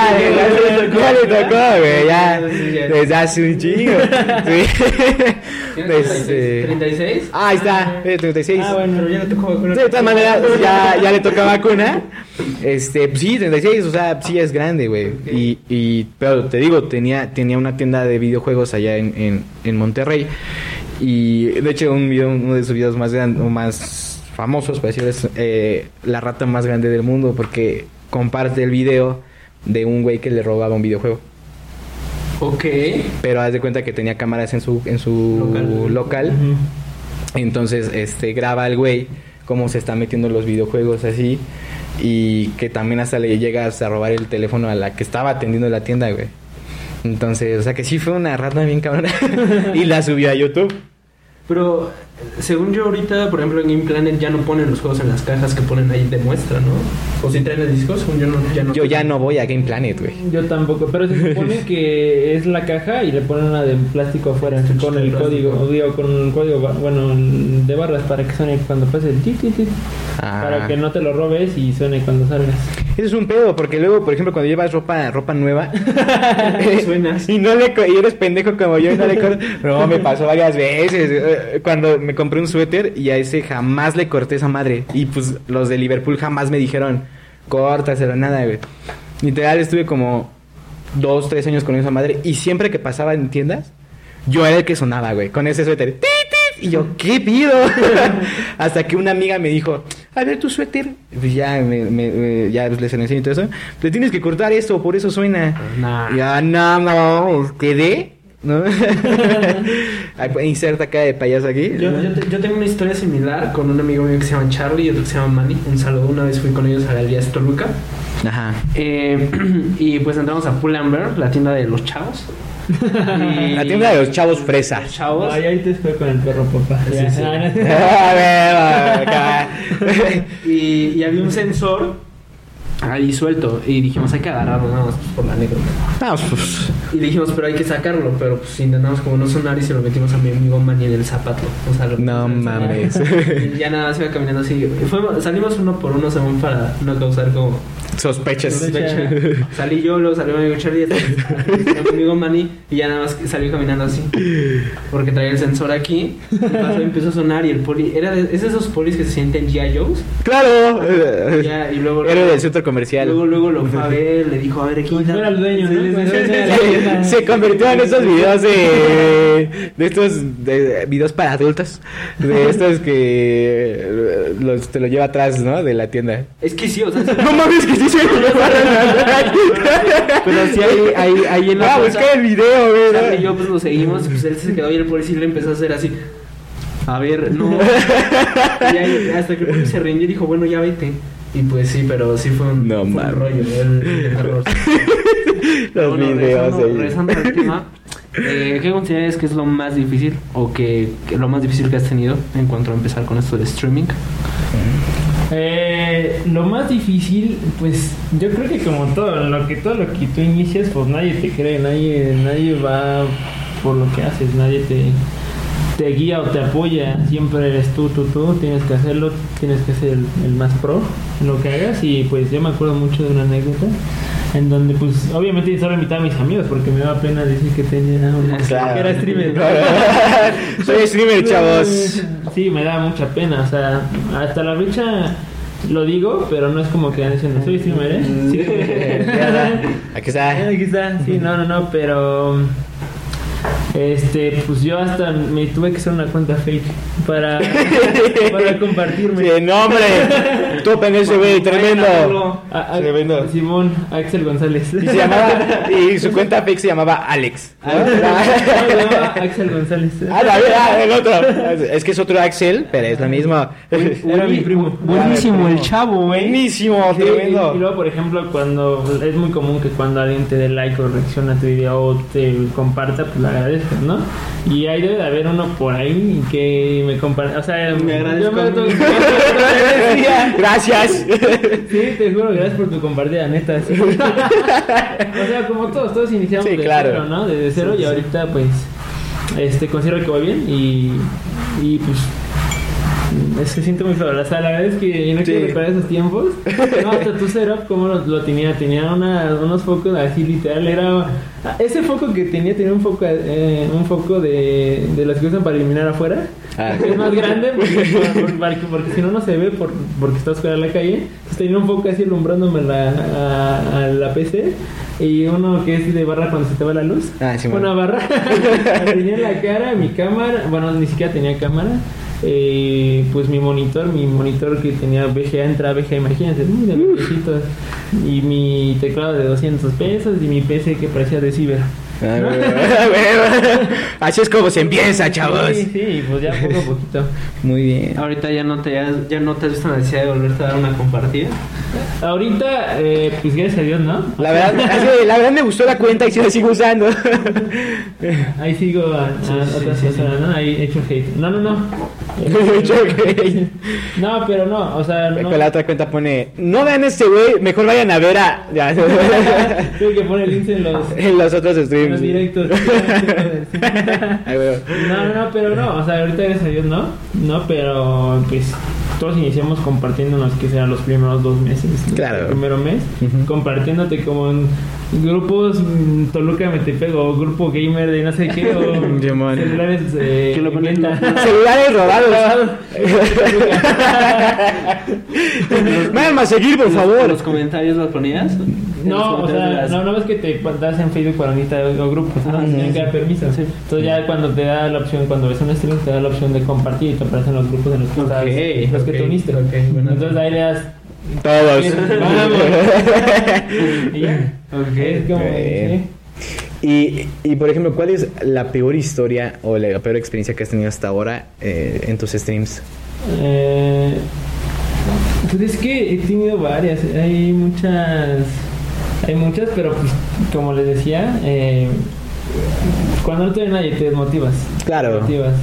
S2: le tocó, güey, ya. Desde hace un chingo. Sí.
S1: ¿Tiene 36?
S2: Ah, ahí está, 36.
S3: Ah, bueno.
S1: Pero ya le tocó vacuna.
S2: Sí, de todas maneras, ya le toca vacuna. Pues sí, 36, o sea, sí es grande, güey. Pero te digo, tenía una tienda de videojuegos allá en Monterrey. Y de hecho, uno de sus videos más grandes, o más famosos, por decirlo, es la rata más grande del mundo, porque comparte el video de un güey que le robaba un videojuego.
S1: Ok.
S2: Pero haz de cuenta que tenía cámaras en su local.
S3: Ujú.
S2: Entonces, graba al güey cómo se está metiendo los videojuegos así. Y que también hasta le llegas a robar el teléfono a la que estaba atendiendo la tienda, güey. Entonces, o sea que sí fue una rata bien cabrona. Y la subió a YouTube.
S1: Pero, según yo ahorita, por ejemplo, en Game Planet ya no ponen los juegos en las cajas que ponen ahí de muestra, ¿no? O si traen el disco, según
S2: Yo ya no voy a Game Planet, güey.
S3: Yo tampoco, pero se supone que es la caja y le ponen una de plástico afuera con el código, digo, con el código, bueno, de barras para que suene cuando pase el tit, tit, tit, para que no te lo robes y suene cuando salgas.
S2: Eso es un pedo, porque luego, por ejemplo, cuando llevas ropa nueva
S1: Suenas.
S2: y y eres pendejo como yo y no le cortas. No, me pasó varias veces. Cuando me compré un suéter y a ese jamás le corté esa madre. Y pues los de Liverpool jamás me dijeron, córtaselo, nada, güey. Literal, estuve como 2-3 años con esa madre. Y siempre que pasaba en tiendas, yo era el que sonaba, güey, con ese suéter. ¡Tit, tit! Y yo, ¿qué pido? Hasta que una amiga me dijo, a ver tu suéter. Pues ya, ya les enseñé y todo eso. Le tienes que cortar esto, por eso suena.
S1: Nah.
S2: Ya, no, quedé. ¿No? Inserta cara de payaso aquí.
S1: Yo tengo una historia similar con un amigo mío que se llama Charlie y otro que se llama Manny. Un saludo, una vez fui con ellos a Galerías Toluca.
S2: Ajá.
S1: Y pues entramos a Pull & Bear, la tienda de los chavos.
S2: La tienda de los chavos fresa.
S1: Los chavos.
S3: Ay, ahí te fue con el perro, papá.
S1: Sí,
S3: Ya.
S1: sí.
S2: A ver,
S1: Y había un sensor ahí suelto. Y dijimos, hay que agarrarlo nada más por la anécdota.
S2: no, pues,
S1: Y dijimos, pero hay que sacarlo. Pero pues intentamos como no sonar y se lo metimos a mi amigo Manny en el zapato. O sea,
S2: no mames.
S1: Y ya nada más iba caminando así. Salimos uno por uno según para no causar como
S2: Sospechas.
S1: sospecha. Salí yo, luego salió mi amigo Charlie, mi amigo Manny, y ya nada más salió caminando así. Porque traía el sensor aquí. Y pasó y empezó a sonar y el poli. Es de esos polis que se sienten G.I. Joes.
S2: Claro.
S1: Y luego
S2: Era del centro comercial.
S1: Luego lo fue a ver, le dijo, a ver,
S3: Como si fuera el dueño,
S1: Sí,
S3: ¿no?
S1: sí, sí, sí, sí.
S2: Se convirtió en esos videos de estos videos para adultos, de estos que te lo lleva atrás, ¿no? De la tienda.
S1: Es que sí, o sea,
S2: No mames, que sí se lo lleva atrás.
S1: pero sí ahí en la
S2: Ah,
S1: bolsa,
S2: busca el video, güey.
S1: Charlie y yo pues lo seguimos, pues él se quedó y el policía le empezó a hacer así. A ver, no. Y ahí, hasta que el policía se rindió y dijo, bueno, ya vete. Y pues sí, pero sí fue un,
S2: No,
S1: fue un
S2: mames.
S1: rollo el terror.
S2: Los
S1: Bueno,
S2: videos ahí.
S1: regresando al tema, ¿qué consideras que es lo más difícil o que lo más difícil que has tenido en cuanto a empezar con esto de streaming?
S3: Lo más difícil, pues yo creo que como todo lo que tú inicias, pues nadie te cree, nadie va por lo que haces, nadie te guía o te apoya, siempre eres tú, tienes que hacerlo, tienes que ser el más pro en lo que hagas. Y pues yo me acuerdo mucho de una anécdota en donde pues obviamente solo invitaba a mis amigos porque me daba pena decir que tenía
S2: Claro.
S3: que era streamer.
S2: Soy streamer, chavos.
S3: Sí, me da mucha pena, o sea, hasta la fecha lo digo, pero no es como que diciendo, soy streamer, ¿eh? Sí.
S2: Aquí está.
S3: Aquí está, sí, no, pero Pues yo hasta me tuve que hacer una cuenta fake para compartirme.
S2: Sí, no, hombre. Topen ese güey, tremendo. Tremendo.
S3: Simón, Axel González.
S2: Y su cuenta fake se llamaba Alex.
S3: Se llamaba Axel González.
S2: El otro. Es que es otro Axel, pero es la misma.
S3: Era mi primo.
S1: Buenísimo el chavo,
S2: Buenísimo,
S3: Sí,
S2: tremendo.
S3: y luego, por ejemplo, cuando es muy común que cuando alguien te dé like o reacciona a tu video o te comparta, pues le agradezco, ¿no? Y ahí debe de haber uno por ahí que me comparte. O sea,
S1: me agradezco.
S2: Gracias.
S3: Sí, te juro, gracias por tu compartida, neta. Sí. O sea, como todos iniciamos
S2: Sí,
S3: de
S2: claro.
S3: cero, ¿no? Desde cero y ahorita, pues, considero que voy bien y pues. Es que siento muy feo. O sea, la verdad es que no quiero recordar esos tiempos. No, hasta tu setup, ¿cómo lo tenía? Tenía unos focos así, literal. Era. Ese foco que tenía un foco de los que usan para iluminar afuera. Es más grande porque si no se ve porque está oscura la calle. Entonces tenía un foco así alumbrándome a la PC. Y uno que es de barra cuando se te va la luz.
S2: Sí,
S3: una barra. Tenía en la cara, mi cámara. Bueno, ni siquiera tenía cámara. Pues mi monitor que tenía VGA, entrada VGA, imagínate, de los viejitos, y mi teclado de 200 pesos y mi PC que parecía de ciber. ¿No?
S2: Así es como se empieza, chavos.
S3: Sí, pues ya poco a poquito.
S2: Muy bien.
S1: Ahorita ya no te has visto la necesidad de volverte a dar una compartida.
S3: Ahorita, pues gracias a Dios, ¿no?
S2: La verdad me gustó la cuenta y sí la sigo usando.
S3: Ahí sigo a otras personas, ¿no? Ahí he hecho hate. No. No, pero no, o sea, no.
S2: La otra cuenta pone, no vean este güey, mejor vayan a ver a... Ya.
S3: Tengo que poner links
S2: en los otros streams.
S3: Los directos. No, pero no, o sea, ahorita gracias a Dios no, pero pues todos iniciamos compartiéndonos que serán los primeros 2 meses, ¿no?
S2: Claro.
S3: El primero mes, compartiéndote como en grupos Toluca Metepec o grupo gamer de no sé qué, o celulares
S1: que lo ponen
S2: celulares robados. Vayan a seguir, por favor.
S1: ¿Los comentarios los ponías?
S3: No, o sea, no ves que te das en Facebook para unirte o grupos, ¿no? Tienen que dar permiso. Sí. Entonces ya cuando te da la opción, cuando ves un stream, te da la opción de compartir y te aparecen los grupos en los que estás, los que te uniste.
S1: Bueno.
S3: Entonces ahí le das
S2: todos.
S3: Vamos. Y ya.
S1: Es
S3: como,
S2: sí. Y por ejemplo, ¿cuál es la peor historia o la peor experiencia que has tenido hasta ahora en tus streams?
S3: Pues es que he tenido varias. Hay muchas, pero pues como les decía, cuando no tiene nadie te desmotivas.
S2: Claro.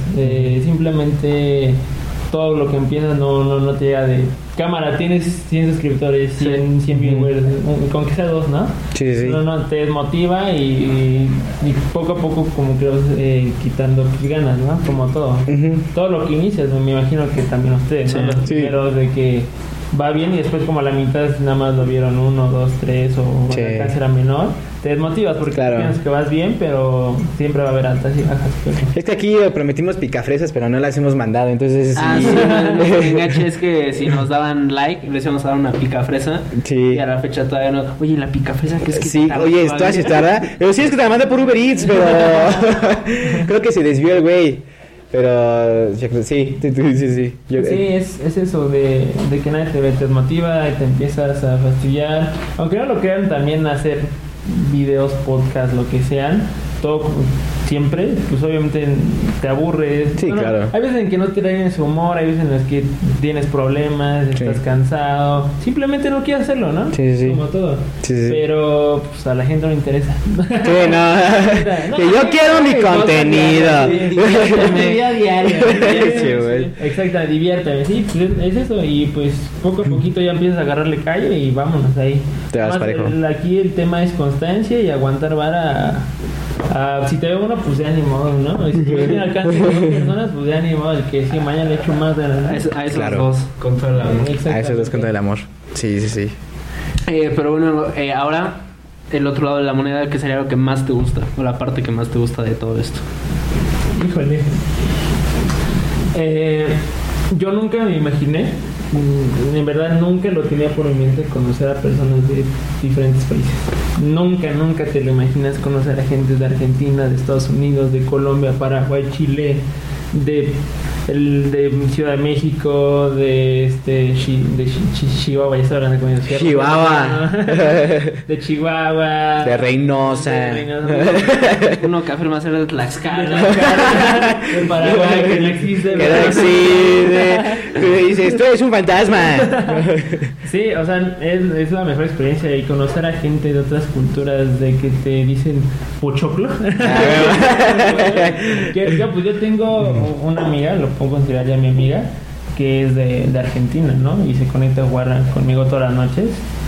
S3: Simplemente todo lo que empiezas no te llega de cámara. Tienes 100 suscriptores, 100 viewers, con que sea 2, ¿no?
S2: Sí.
S3: No, te desmotiva y poco a poco como que vas quitando ganas, ¿no? Como todo. Todo lo que inicias, me imagino que también ustedes, ¿no? Los primeros de que va bien y después como a la mitad nada más lo vieron 1, 2, 3 o el alcance era menor, te desmotivas porque piensas que vas bien, pero siempre va a haber altas y bajas.
S2: Es que aquí prometimos picafresas, pero no las hemos mandado, entonces
S1: el enganche es que si nos daban like, les íbamos a dar una picafresa. Y a la fecha todavía no. Oye, la picafresa que es que
S2: sí, oye, esto sí tarda. Pero sí es que te la manda por Uber Eats, pero creo que se desvió el güey. Pero sí.
S3: Es eso de que nadie te desmotiva y te empiezas a fastidiar. Aunque no lo crean, también hacer videos, podcast, lo que sean, todo siempre, pues obviamente te aburres.
S2: Sí, claro.
S3: Hay veces en que no te traen ese humor, hay veces en las que tienes problemas, estás cansado, simplemente no quieres hacerlo, ¿no?
S2: Sí.
S3: Como todo.
S2: Sí.
S3: Pero pues a la gente no le interesa.
S2: Sí, no. Que yo quiero mi contenido.
S3: Día diario.
S2: Sí, güey.
S3: Exacto, diviérteme. Sí, pues es eso. Y pues poco a poquito ya empiezas a agarrarle calle y vámonos ahí.
S2: Te vas parejo.
S3: Aquí el tema es constancia y aguantar vara. Si te veo uno, pues de ánimo, ¿no? Y si tiene alcance de 2 personas, pues de ánimo. El que si mañana le echo más de la...
S1: A esos dos contra el amor.
S2: A esos dos contra el amor. Sí.
S3: Pero
S1: bueno, ahora el otro lado de la moneda, ¿qué sería lo que más te gusta? O la parte que más te gusta de todo esto.
S3: Híjole. Yo nunca me imaginé en verdad nunca lo tenía por mi mente conocer a personas de diferentes países. Nunca te lo imaginas conocer a gente de Argentina, de Estados Unidos, de Colombia, Paraguay, Chile, de Ciudad de México, de Chihuahua, ya sabrán de cómo se llama.
S2: Chihuahua.
S3: De Chihuahua.
S2: De Reynosa.
S1: Uno que afirma ser de Tlaxcala.
S3: De Paraguay, que no existe.
S2: Que no existe. Que dices, tú eres un fantasma.
S3: Sí, o sea, es la mejor experiencia y conocer a gente de otras culturas, de que te dicen pochoclo. Pues yo tengo una amiga, lo puedo considerar ya mi amiga, que es de Argentina, ¿no? Y se conecta a jugar conmigo todas las noches.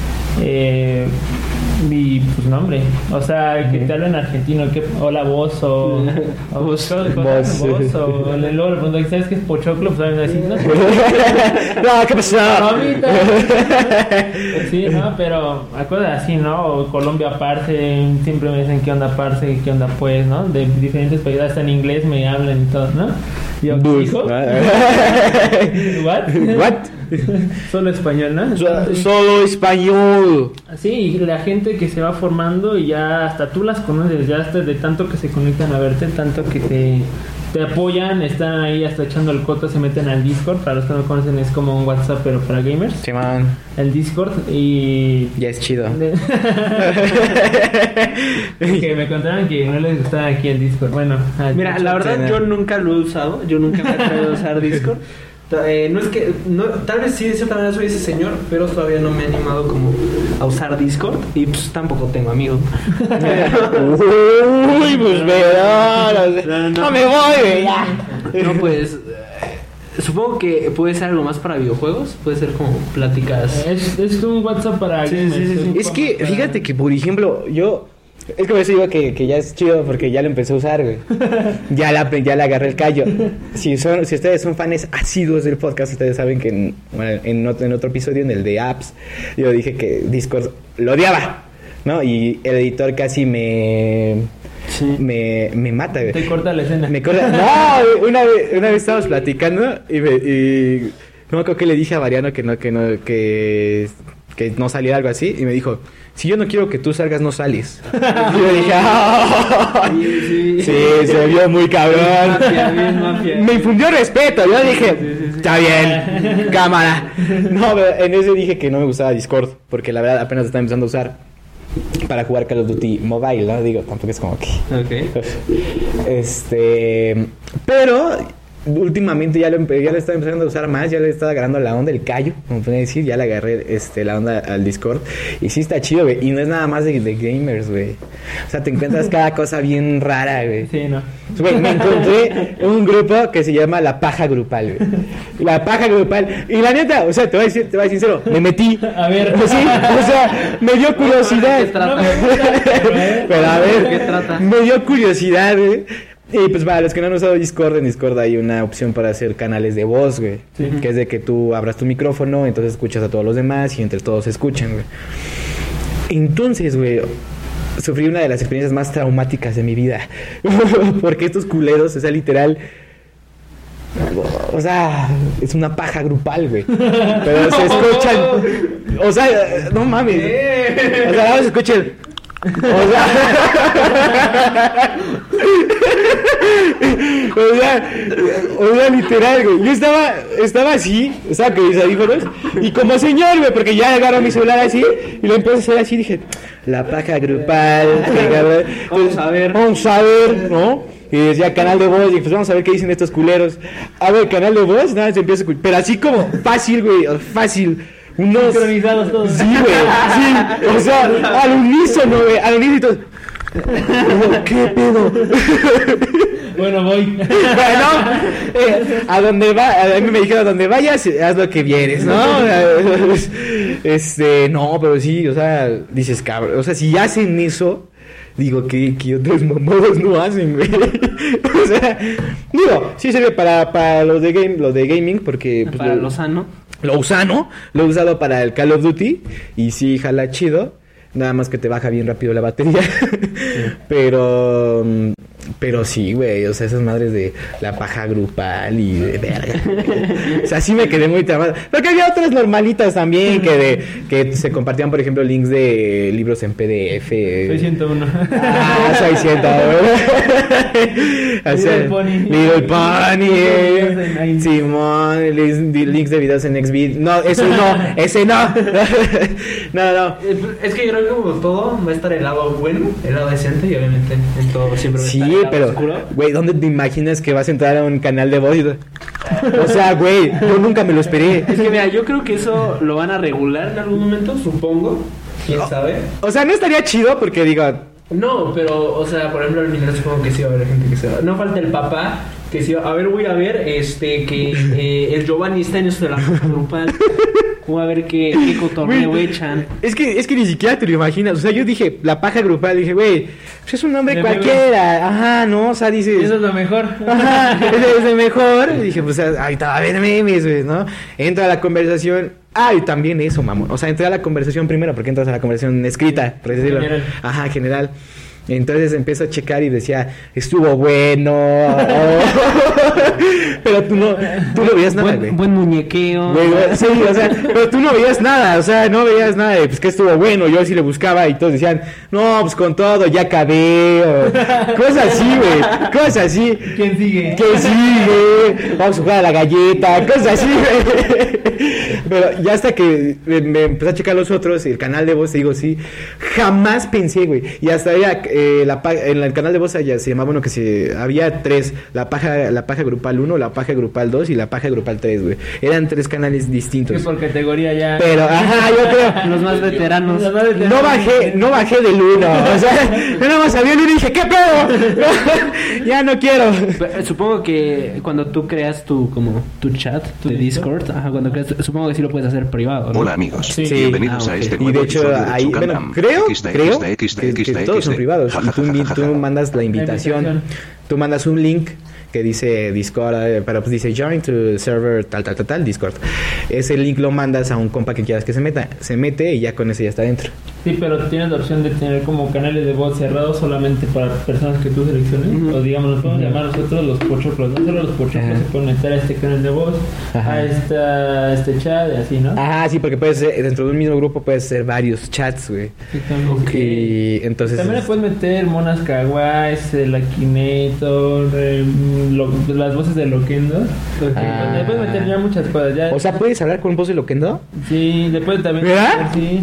S3: Y pues no, hombre, o sea, que te hablan argentino, que hola vos o vos o luego le pregunto, ¿sabes qué es pochoclo? Pues saben decir, no,
S2: no, ¿qué pasó?
S3: Sí, no, pero cosas así, ¿no? O Colombia aparte, siempre me dicen qué onda parce, qué onda pues, ¿no? De diferentes países, hasta en inglés me hablan y todo, ¿no? Y yo, ¿hijo? ¿What? Solo español, ¿no?
S2: Solo español.
S3: Sí, y la gente que se va formando y ya hasta tú las conoces, ya hasta de tanto que se conectan a verte, tanto que te apoyan, están ahí hasta echando el coto, se meten al Discord. Para los que no conocen, es como un WhatsApp pero para gamers.
S2: Sí, man.
S3: El Discord y...
S2: Ya es chido.
S3: Que me contaron que no les gustaba aquí el Discord. Bueno,
S1: mira, la verdad yo nunca lo he usado, yo nunca me he atrevido a usar Discord. No es que, no, tal vez sí de cierta manera soy ese señor, pero todavía no me he animado como a usar Discord y pues tampoco tengo amigos.
S2: Uy, pues verán, no me voy, güey, ya.
S1: No, pues supongo que puede ser algo más para videojuegos, puede ser como pláticas.
S3: Es un WhatsApp para gamers.
S1: Sí.
S2: Es que fíjate que, por ejemplo, yo... Es que por eso digo que ya es chido porque ya lo empecé a usar, güey. Ya le agarré el callo. Si ustedes son fans asiduos del podcast, ustedes saben que en otro episodio, en el de apps, yo dije que Discord lo odiaba, ¿no? Y el editor casi me mata, güey.
S3: Te corta la escena.
S2: Me corta. No, una vez estábamos platicando y no me acuerdo que le dije a Mariano que no saliera algo así y me dijo, si yo no quiero que tú salgas, no sales. Y yo dije, sí, se vio muy cabrón.
S1: Bien mafia.
S2: Me infundió respeto. Yo dije, está bien, cámara. No, pero en ese dije que no me gustaba Discord, porque la verdad apenas estaba empezando a usar para jugar Call of Duty Mobile, ¿no? Digo, tampoco es como que...
S1: Okay.
S2: Pero... últimamente ya lo estaba empezando a usar más, ya le estaba agarrando la onda, el callo, como pueden decir, ya le agarré la onda al Discord. Y sí está chido, güey. Y no es nada más de gamers, güey. O sea, te encuentras cada cosa bien rara, güey.
S3: Sí, no.
S2: Güey, me encontré un grupo que se llama La Paja Grupal, güey. La Paja Grupal. Y la neta, o sea, te voy a decir sincero, me metí.
S3: A ver.
S2: Sí, o sea, me dio curiosidad.
S1: ¿De qué trata?
S2: Pero a ver,
S1: ¿de qué trata?
S2: Me dio curiosidad, güey. Y pues para los que no han usado Discord, en Discord hay una opción para hacer canales de voz, güey.
S3: Sí.
S2: Que es de que tú abras tu micrófono, entonces escuchas a todos los demás y entre todos se escuchan, güey. Entonces, güey, sufrí una de las experiencias más traumáticas de mi vida. Porque estos culeros, o sea, literal... O sea, es una paja grupal, güey. Pero se escuchan... O sea, no mames. O sea, ahora se escuchan... O sea, literal, güey. Yo estaba así, estaba con mis audífonos y como señor, güey, porque ya agarro mi celular así y lo empecé a hacer así, dije, la paja grupal.
S1: Vamos a ver,
S2: ¿no? Y decía canal de voz, y pues vamos a ver qué dicen estos culeros. A ver, canal de voz, nada, se empieza a escuchar. Pero así como fácil, güey, fácil. Unos...
S3: sincronizados todos.
S2: Sí, güey, sí. O sea, al unísono, güey, al unísono y todo. ¿Qué pedo?
S3: Bueno, voy.
S2: Bueno, a donde va, a mí me dijeron, a donde vayas, haz lo que vienes, ¿no? No, pero sí, o sea, dices, cabrón, o sea, si hacen eso, digo, ¿qué otros mamados no hacen, güey? O sea, digo, sí sirve para los de gaming, porque... Pues,
S1: para lo sano.
S2: Lo he usado para el Call of Duty y sí, jala chido. Nada más que te baja bien rápido la batería. Sí. Pero Pero sí, güey, o sea, esas madres de la paja grupal y de verga. O sea, sí me quedé muy trabado. Porque había otras normalitas también que se compartían, por ejemplo, links de libros en PDF.
S3: Soy 101.
S2: Ah, soy 101.
S3: Little Pony.
S2: Little Pony. Simón, links de videos en Xvid. No, eso no, ese no. No.
S1: Es que yo creo que como todo va a estar el lado bueno, el lado decente y obviamente en todo siempre va a estar el lado
S2: pero,
S1: oscuro.
S2: güey, ¿dónde te imaginas que vas a entrar a un canal de voz? O sea, güey, yo nunca me lo esperé.
S1: Es que mira, yo creo que eso lo van a regular en algún momento, supongo. ¿Quién sabe?
S2: O sea, no estaría chido porque digo...
S1: No, pero, o sea, por ejemplo, al final supongo que sí va a haber gente que se va. No falta el papá que sí va. A ver, voy a ver, que el Giovanni está en eso de la paja grupal. Voy a ver qué cotorreo echan.
S2: Es que ni siquiera te lo imaginas. O sea, yo dije, la paja grupal, dije, güey, pues es un nombre cualquiera. Ajá, no, o sea, dices...
S3: Eso es lo mejor.
S2: Ajá, es lo mejor. Y dije, pues ahorita va a haber memes, güey, ¿no? Entra a la conversación. Ah, y también eso, mamón. O sea, entré a la conversación primero, porque entras a la conversación escrita, por decirlo.
S3: General.
S2: Ajá, general. Entonces empiezo a checar y decía, estuvo bueno. Pero tú no veías nada, güey.
S1: Buen muñequeo.
S2: Güey, sí, o sea, pero tú no veías nada, o sea, no veías nada de, pues, que estuvo bueno. Yo sí le buscaba y todos decían, no, pues con todo, ya acabé. O cosas así, güey. Cosas así.
S3: ¿Quién sigue?
S2: ¿Quién sigue? Vamos a jugar a la galleta. Cosas así, güey. Pero ya hasta que me empecé a checar los otros, el canal de voz, te digo, sí, jamás pensé, güey. Y hasta ya, en el canal de voz ya se llamaba uno que había 3, la paja grupal 1, la paja grupal 2 y la paja grupal 3, güey. Eran 3 canales distintos.
S3: Sí, por categoría ya.
S2: Pero, ajá, yo creo.
S1: Los más veteranos.
S2: No bajé del 1. O sea, yo nada más sabía el 1 y dije, ¿qué pedo? Ya no quiero.
S1: Pero, supongo que cuando tú creas tu chat de Discord, ajá, cuando creas, supongo que sí lo puedes hacer privado, ¿no?
S4: Hola amigos,
S3: Sí.
S4: bienvenidos
S1: Ah,
S4: a
S1: ok.
S4: este
S2: Y
S4: nuevo
S2: de hecho,
S4: episodio de
S2: ahí,
S4: Chucandam.
S2: creo
S4: XD,
S2: que todos son privados. Y tú mandas la invitación. Tú mandas un link que dice Discord, pero pues dice join to server tal, Discord. Ese link lo mandas a un compa que quieras que se mete y ya con ese ya está dentro.
S3: Sí, pero tienes la opción de tener como canales de voz cerrados solamente para personas que tú selecciones.
S1: Ujú.
S3: O digamos, nos podemos llamar nosotros los pochoclos. No solo los pochoclos
S2: Ajá.
S3: se pueden meter a este canal de voz,
S2: Ajá.
S3: a este chat y así, ¿no?
S2: Ajá, sí, porque puedes ser, dentro de un mismo grupo puedes ser varios chats, güey.
S3: Sí, también.
S1: Ok.
S2: Y entonces...
S3: También le puedes meter monas kawaiis, el Akinator, las voces de Loquendo.
S2: Ah.
S3: Le puedes meter ya muchas cosas. Ya,
S2: O sea, ¿puedes hablar con voz de Loquendo?
S3: sí, le puedes también
S2: ¿Verdad?
S3: sí.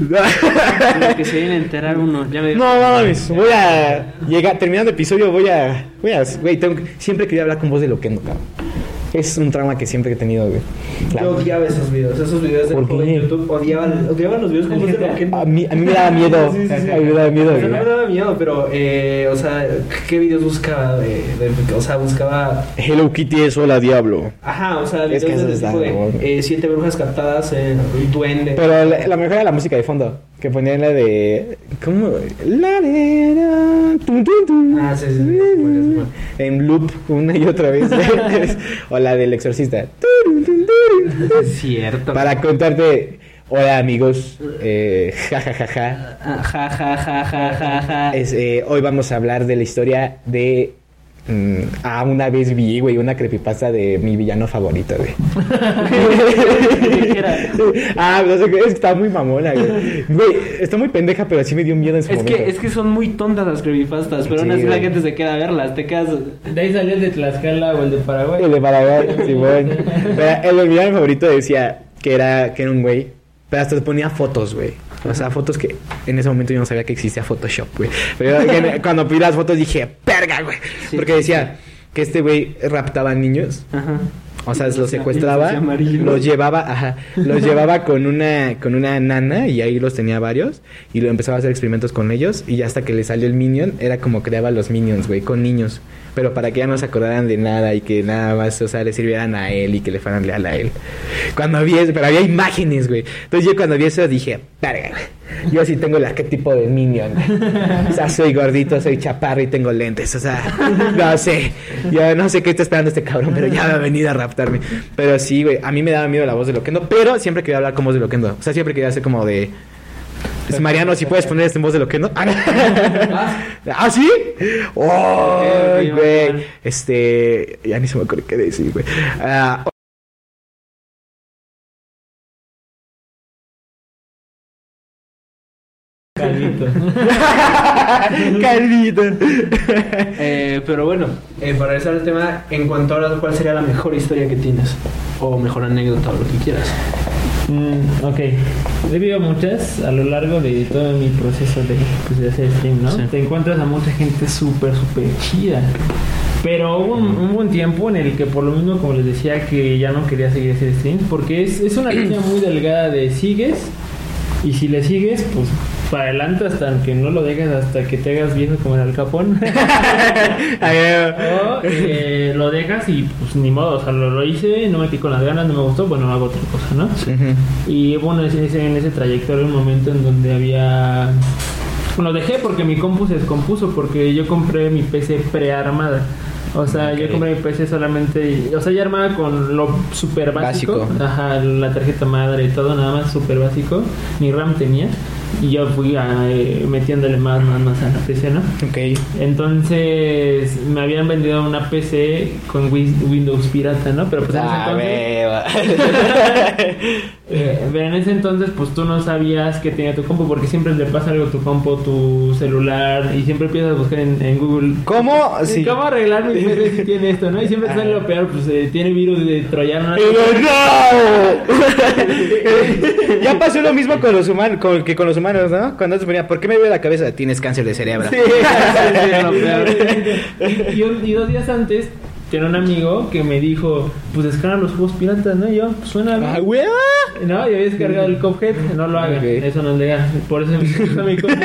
S1: Lo que se viene a enterar uno. Ya me
S2: No, mames, voy a llegar, terminando el episodio, güey, siempre quería hablar con voz de Loquendo, cabrón. Es un trauma que siempre he tenido, güey.
S1: Yo odiaba esos videos de
S2: ¿Por
S1: joven
S2: qué?
S1: YouTube. Odiaban los videos como de
S2: A mí me daba miedo.
S1: Sí, sí, sí.
S2: A mí me daba miedo,
S1: O sea, no
S2: güey.
S1: me daba miedo, pero, o sea, ¿qué videos buscaba? O sea, buscaba...
S2: Hello Kitty es hola diablo.
S1: Ajá, o sea,
S2: Es
S1: videos
S2: que eso
S1: del
S2: está
S1: tipo
S2: bueno.
S1: de 7 brujas captadas, duende.
S2: Pero la mejor era la música de fondo. Que ponían la de... ¿Cómo? La de... Tum, tum, tum.
S1: Ah, sí, sí, sí, es bueno.
S2: En loop una y otra vez. O la del exorcista.
S1: Es cierto.
S2: Para contarte... Hola amigos. Ja, ja, ja, ja.
S1: Ah, ja, ja, ja, ja, ja, ja.
S2: Hoy vamos a hablar de la historia de... una vez vi, güey, una creepypasta de mi villano favorito, güey. No sé qué, está muy mamona, güey. Güey, está muy pendeja, pero sí me dio miedo en su momento.
S1: Es que son muy tontas las creepypastas, pero aún
S2: Sí,
S1: así la
S2: güey.
S1: gente se queda a verlas. Te quedas...
S3: De ahí salió el de Tlaxcala o el de Paraguay.
S2: El de Paraguay, Simón. Pero el villano favorito decía que era un güey, pero hasta ponía fotos, güey. O sea, fotos que en ese momento yo no sabía que existía Photoshop, güey. Pero cuando vi las fotos dije, ¡perga, güey!
S1: Sí,
S2: porque decía que este güey raptaba niños.
S1: Ajá.
S2: O sea, los secuestraba,
S1: Amarillo.
S2: los llevaba con una nana y ahí los tenía varios y lo empezaba a hacer experimentos con ellos y ya hasta que le salió el minion, era como creaba los minions, güey, con niños, pero para que ya no se acordaran de nada y que nada más, o sea, le sirvieran a él y que le fueran leal a él. Pero había imágenes, güey. Entonces yo cuando vi eso dije, verga, güey. Yo sí tengo el arquetipo de minion. O sea, soy gordito, soy chaparro y tengo lentes. O sea, no sé. Yo no sé qué está esperando este cabrón, pero ya va a venir a raptarme. Pero sí, güey, a mí me daba miedo la voz de Loquendo, pero siempre quería hablar con voz de Loquendo. O sea, siempre quería hacer como de... Es Mariano, si puedes poner en voz de lo que no. ¿Ah, sí? ¡Oh,
S3: Ok,
S2: güey! Ya ni se me acuerdo qué decir, güey.
S3: Caldito.
S1: Pero bueno, para regresar al tema, en cuanto a ¿cuál sería la mejor historia que tienes? O mejor anécdota, o lo que quieras.
S3: Ok, he vivido muchas a lo largo de todo mi proceso de hacer stream, ¿no?
S1: Sí.
S3: Te encuentras a mucha gente súper chida. Pero hubo un tiempo en el que por lo mismo, como les decía, que ya no quería seguir hacer streams, porque es una línea muy delgada de sigues, y si le sigues, pues para adelante hasta que no lo dejes, hasta que te hagas viejo como el Al Capone. O lo dejas y pues ni modo, o sea, lo hice, no me quedé con las ganas, no me gustó, bueno, hago otra cosa, ¿no? Y bueno, en ese trayectoria un momento en donde había... Lo dejé porque mi compu se descompuso, porque yo compré mi PC prearmada. O sea, yo compré mi PC solamente, o sea, ya armada con lo super básico. Ajá, la tarjeta madre y todo, nada más super básico. Ni RAM tenía. Y yo fui metiéndole más a la PC, ¿no?
S2: Ok.
S3: Entonces me habían vendido una PC con Windows pirata, ¿no? Pero pues en ese entonces... pero en ese entonces pues tú no sabías que tenía tu compu, porque siempre le pasa algo a tu compu, tu celular, y siempre empiezas a buscar en Google
S2: ¿Cómo? Sí.
S3: ¿Cómo arreglar mi PC si tiene esto, no? Y siempre te sale lo peor, pues tiene virus de troyano.
S2: ¡No! Ya pasó lo mismo con los humanos, con los humanos, ¿no? Cuando te ponía, ¿por qué me duele la cabeza? Tienes cáncer de cerebro.
S3: Sí, lo peor. Y 2 días antes tenía un amigo que me dijo, pues descarga los juegos piratas, ¿no? Y yo, pues suena bien.
S2: ¡Ah, güey!
S3: No, yo había descargado el Cuphead, no lo hagan, eso no es legal. Por eso me puso mi compu.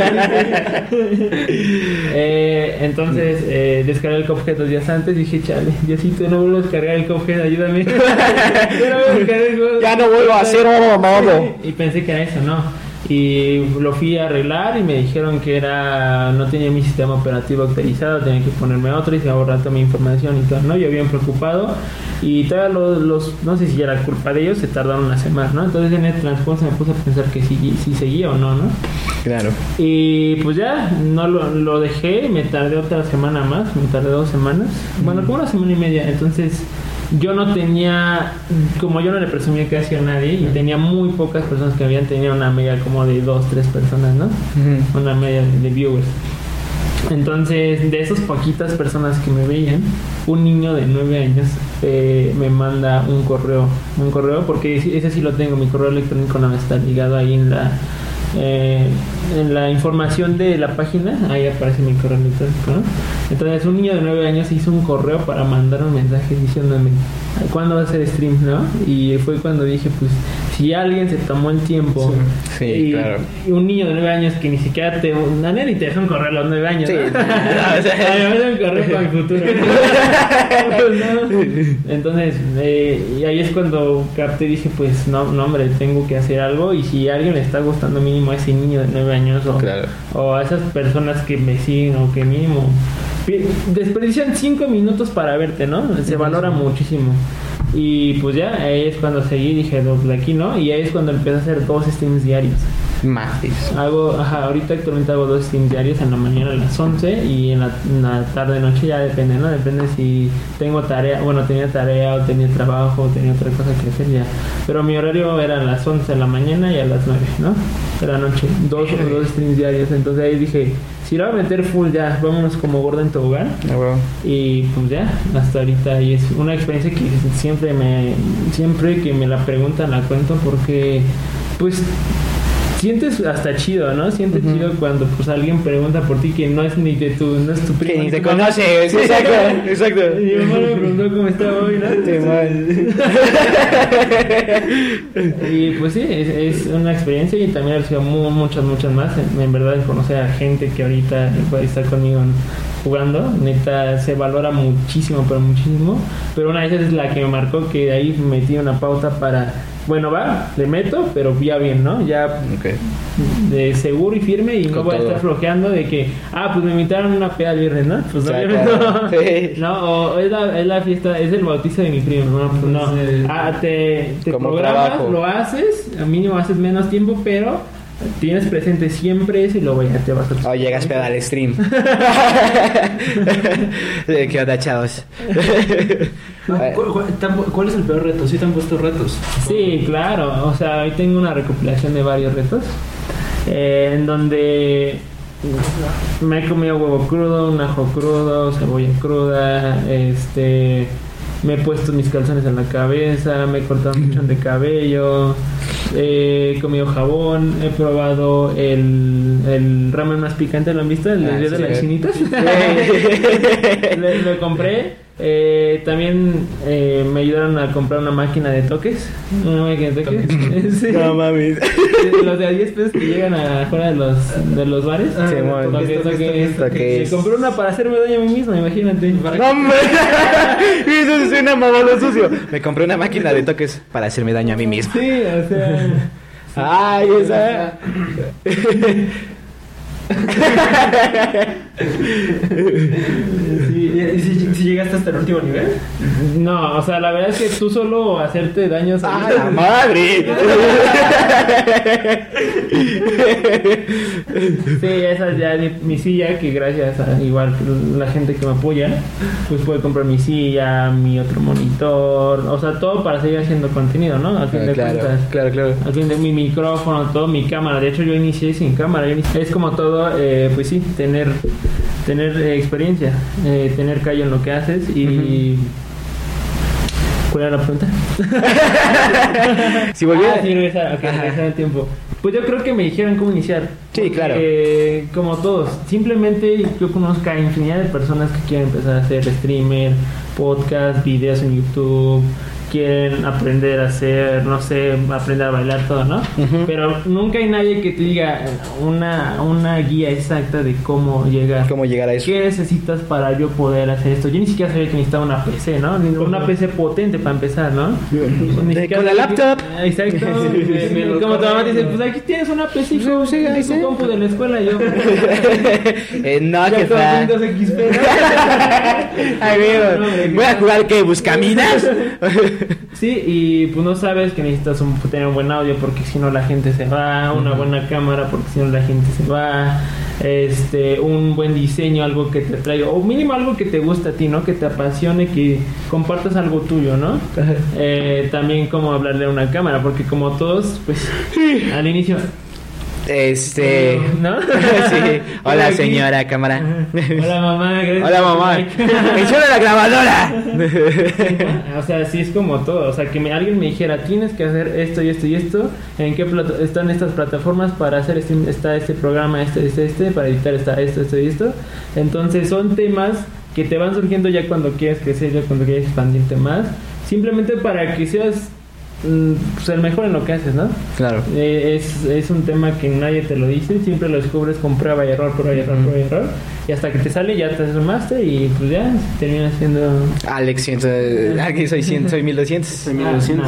S3: Entonces, descargué el Cuphead 2 días antes y dije, chale, Diosito, no vuelvo a descargar el Cuphead, ayúdame.
S2: Ya no vuelvo a hacer oro, modo.
S3: Y pensé que era eso, ¿no? Y lo fui a arreglar y me dijeron que no tenía mi sistema operativo actualizado, tenía que ponerme otro y se borrar toda mi información y todo, ¿no? Yo bien preocupado, y todavía no sé si ya era culpa de ellos, se tardaron una semana, ¿no? Entonces en el transcurso me puse a pensar que si seguía o no, ¿no?
S2: Claro.
S3: Y pues ya, no lo dejé, me tardé otra semana más, me tardé 2 semanas, bueno, como 1 semana y media, entonces... Yo no tenía, como yo no le presumía que hacía a nadie, y tenía muy pocas personas que habían tenido una media como de 2-3 personas, ¿no? Una media de viewers. Entonces, de esas poquitas personas que me veían, un niño de 9 años me manda un correo, porque ese sí lo tengo, mi correo electrónico no está ligado ahí en la información de la página, ahí aparece mi correo electrónico, ¿no? Entonces un niño de 9 años hizo un correo para mandar un mensaje diciéndome ¿cuándo va a ser stream, no? Y fue cuando dije, pues, si alguien se tomó el tiempo,
S2: sí, claro.
S3: Y un niño de 9 años que ni siquiera te deja un correo a los 9 años,
S2: sí,
S3: ¿no? Un correo para mi futuro. Entonces, y ahí es cuando capté y dije, pues, no, hombre, tengo que hacer algo, y si a alguien le está gustando mínimo a ese niño de 9 años, o a esas personas que me siguen, o que mínimo desperdician 5 minutos para verte, ¿no? Se valora muchísimo. Y pues ya, ahí es cuando seguí, dije, de aquí no, y ahí es cuando empecé a hacer 2 streams diarios.
S2: Más.
S3: Ahorita actualmente hago 2 streams diarios, en la mañana a las 11 y en la tarde noche, ya depende, ¿no? Depende si tengo tarea, tenía tarea, o tenía trabajo, o tenía otra cosa que hacer ya. Pero mi horario era a las 11 de la mañana y a las 9, ¿no? De la noche, 2 streams diarios. Entonces ahí dije, si lo voy a meter full, ya, vámonos como gorda en tobogán. Y pues ya, hasta ahorita, y es una experiencia que siempre que me la preguntan la cuento, porque pues sientes hasta chido, ¿no? Sientes chido cuando pues alguien pregunta por ti que no es ni de tu, no es tu primo.
S2: Que ni te conoce, exacto.
S3: Y mi mamá me preguntó cómo estaba hoy, ¿no? Y pues sí, es una experiencia, y también he recibido muchas más. En verdad, conocer a gente que ahorita puede estar conmigo jugando, neta, se valora muchísimo, pero una de esas es la que me marcó, que de ahí metí una pauta para, le meto, pero ya bien, ¿no? Ya de seguro y firme, y no voy a estar flojeando de que, pues me invitaron a una peda el viernes, ¿no? Pues obviamente no. Sí. No, o es la fiesta, es el bautizo de mi primo, ¿no? Pues no. Te programas, trabajo. Lo haces, al mínimo haces menos tiempo, pero tienes presente siempre eso y luego ya te vas a...
S2: O llegas pedo al stream. ¿Qué onda, chavos?
S1: ¿Cuál es el peor reto? ¿Sí te han puesto retos?
S3: Sí, claro. O sea, hoy tengo una recopilación de varios retos. En donde me he comido huevo crudo, un ajo crudo, cebolla cruda, me he puesto mis calzones en la cabeza, me he cortado un mechón de cabello, he comido jabón, he probado el ramen más picante, ¿lo han visto? El de las chinitas. Lo compré. También me ayudaron a comprar una máquina de toques. Una máquina de toques. Sí.
S2: No mames.
S3: Los de a 10 pesos que llegan afuera de los bares.
S2: Sí,
S3: toques. Compré una para hacerme daño a mí mismo, imagínate.
S2: ¡No, hombre! Eso suena mamalo sucio. Me compré una máquina de toques para hacerme daño a mí mismo.
S3: Sí, o sea.
S2: ¡Ay, esa!
S1: ¿Sí llegaste hasta el último nivel?
S3: No, o sea, la verdad es que tú solo hacerte daños
S2: ¡Ah, la madre!
S3: Sí, esa es ya mi silla, que gracias a igual la gente que me apoya, pues puede comprar mi silla, mi otro monitor, o sea, todo para seguir haciendo contenido, ¿no? Al fin de cuentas.
S2: Claro.
S3: Al fin de mi micrófono, todo, mi cámara. De hecho, yo inicié sin cámara. Es como todo, pues sí, tener experiencia, tener callo en lo que haces y... ¿Cuál era la pregunta?
S2: Si volviera...
S3: sí, regresar el tiempo. Pues yo creo que me dijeron cómo iniciar.
S2: Sí, claro.
S3: Como todos, simplemente yo conozco a infinidad de personas que quieren empezar a hacer streamer, podcast, videos en YouTube, quieren aprender a hacer, no sé, aprender a bailar, todo, ¿no? Uh-huh. Pero nunca hay nadie que te diga una guía exacta de cómo llegar.
S2: ¿Cómo llegar a eso?
S3: ¿Qué necesitas para yo poder hacer esto? Yo ni siquiera sabía que necesitaba una PC, ¿no? Una PC potente para empezar, ¿no?
S2: Con la laptop.
S3: Exacto. Como tu mamá te dice, pues aquí tienes una PC, hijo, es un compu de la escuela. Yo
S2: no, que fa. Amigo, voy a jugar, ¿qué? ¿Buscaminas?
S3: Sí, y pues no sabes que necesitas tener un buen audio porque si no la gente se va, una buena cámara porque si no la gente se va, un buen diseño, algo que te traiga, o mínimo algo que te guste a ti, ¿no? Que te apasione, que compartas algo tuyo, ¿no? También como hablarle a una cámara, porque como todos, pues al inicio...
S2: ¿No? Sí. Hola, señora cámara.
S3: Hola, mamá. Gracias.
S2: Hola, mamá. ¡Enciende la grabadora!
S3: O sea, sí es como todo. O sea, que alguien me dijera, tienes que hacer esto y esto y esto. ¿En qué están estas plataformas para hacer está este programa, para editar esto y esto? Entonces son temas que te van surgiendo ya cuando quieres crecer, ya cuando quieres expandirte más. Simplemente para que seas... pues el mejor en lo que haces, ¿no?
S2: Claro.
S3: Es un tema que nadie te lo dice, siempre lo descubres con prueba y error, y hasta que te sale ya te haces un máster y pues ya terminas siendo...
S2: Alex, aquí soy 1200.
S1: Soy 1200.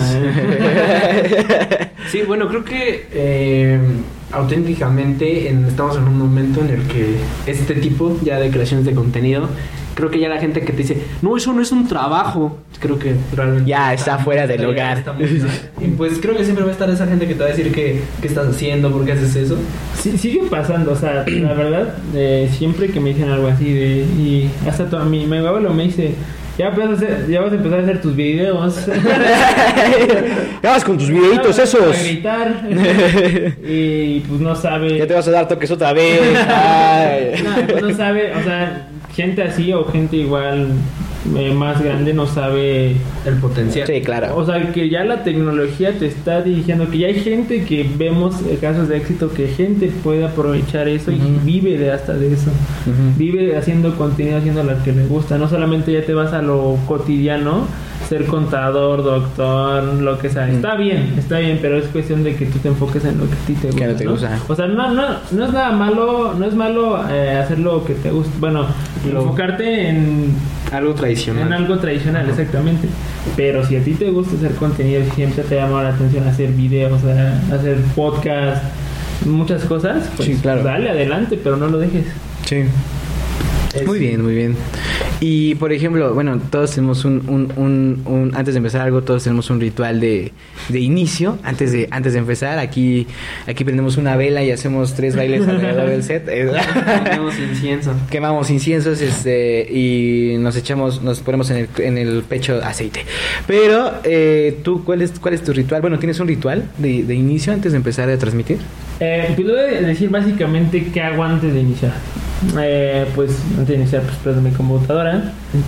S1: Sí, bueno, creo que auténticamente estamos en un momento en el que este tipo ya de creaciones de contenido, creo que ya la gente que te dice, no, eso no es un trabajo, creo que realmente
S2: ya está fuera del hogar.
S1: Y pues creo que siempre va a estar esa gente que te va a decir qué estás haciendo, por qué haces eso.
S3: Sí, sigue pasando, o sea, la verdad, siempre que me dicen algo así y hasta mi abuelo me dice, ya vas a empezar a hacer tus videos.
S2: Ya vas con tus videitos esos.
S3: A gritar. Y pues no sabe.
S2: Ya te vas a dar toques otra vez.
S3: Pues no sabe, o sea, gente así o gente igual más grande no sabe
S1: el potencial.
S2: Sí, claro.
S3: O sea, que ya la tecnología te está dirigiendo, que ya hay gente que vemos casos de éxito, que gente puede aprovechar eso y vive hasta de eso. Vive haciendo contenido, haciendo lo que le gusta. No solamente ya te vas a lo cotidiano, ser contador, doctor, lo que sea. Está bien, pero es cuestión de que tú te enfoques en lo que a ti te gusta.
S2: Que no te gusta.
S3: O sea, no es nada malo, no es malo hacer lo que te gusta. Bueno, enfocarte en
S1: algo tradicional.
S3: En algo tradicional, exactamente. Pero si a ti te gusta hacer contenido, siempre te llama la atención hacer videos, hacer podcast, muchas cosas, pues
S2: sí, claro.
S3: Dale adelante, pero no lo dejes.
S2: Sí. Muy bien. Y por ejemplo, bueno, todos tenemos antes de empezar algo, todos tenemos un ritual de inicio, antes de empezar. Aquí prendemos una vela y hacemos 3 bailes alrededor del set. Quemamos inciensos, y nos ponemos en el pecho aceite. Pero tú, ¿cuál es tu ritual? Bueno, ¿tienes un ritual de inicio antes de empezar a transmitir?
S3: Pues voy a decir básicamente qué hago antes de iniciar. Pues antes de iniciar, pues prendo mi computadora.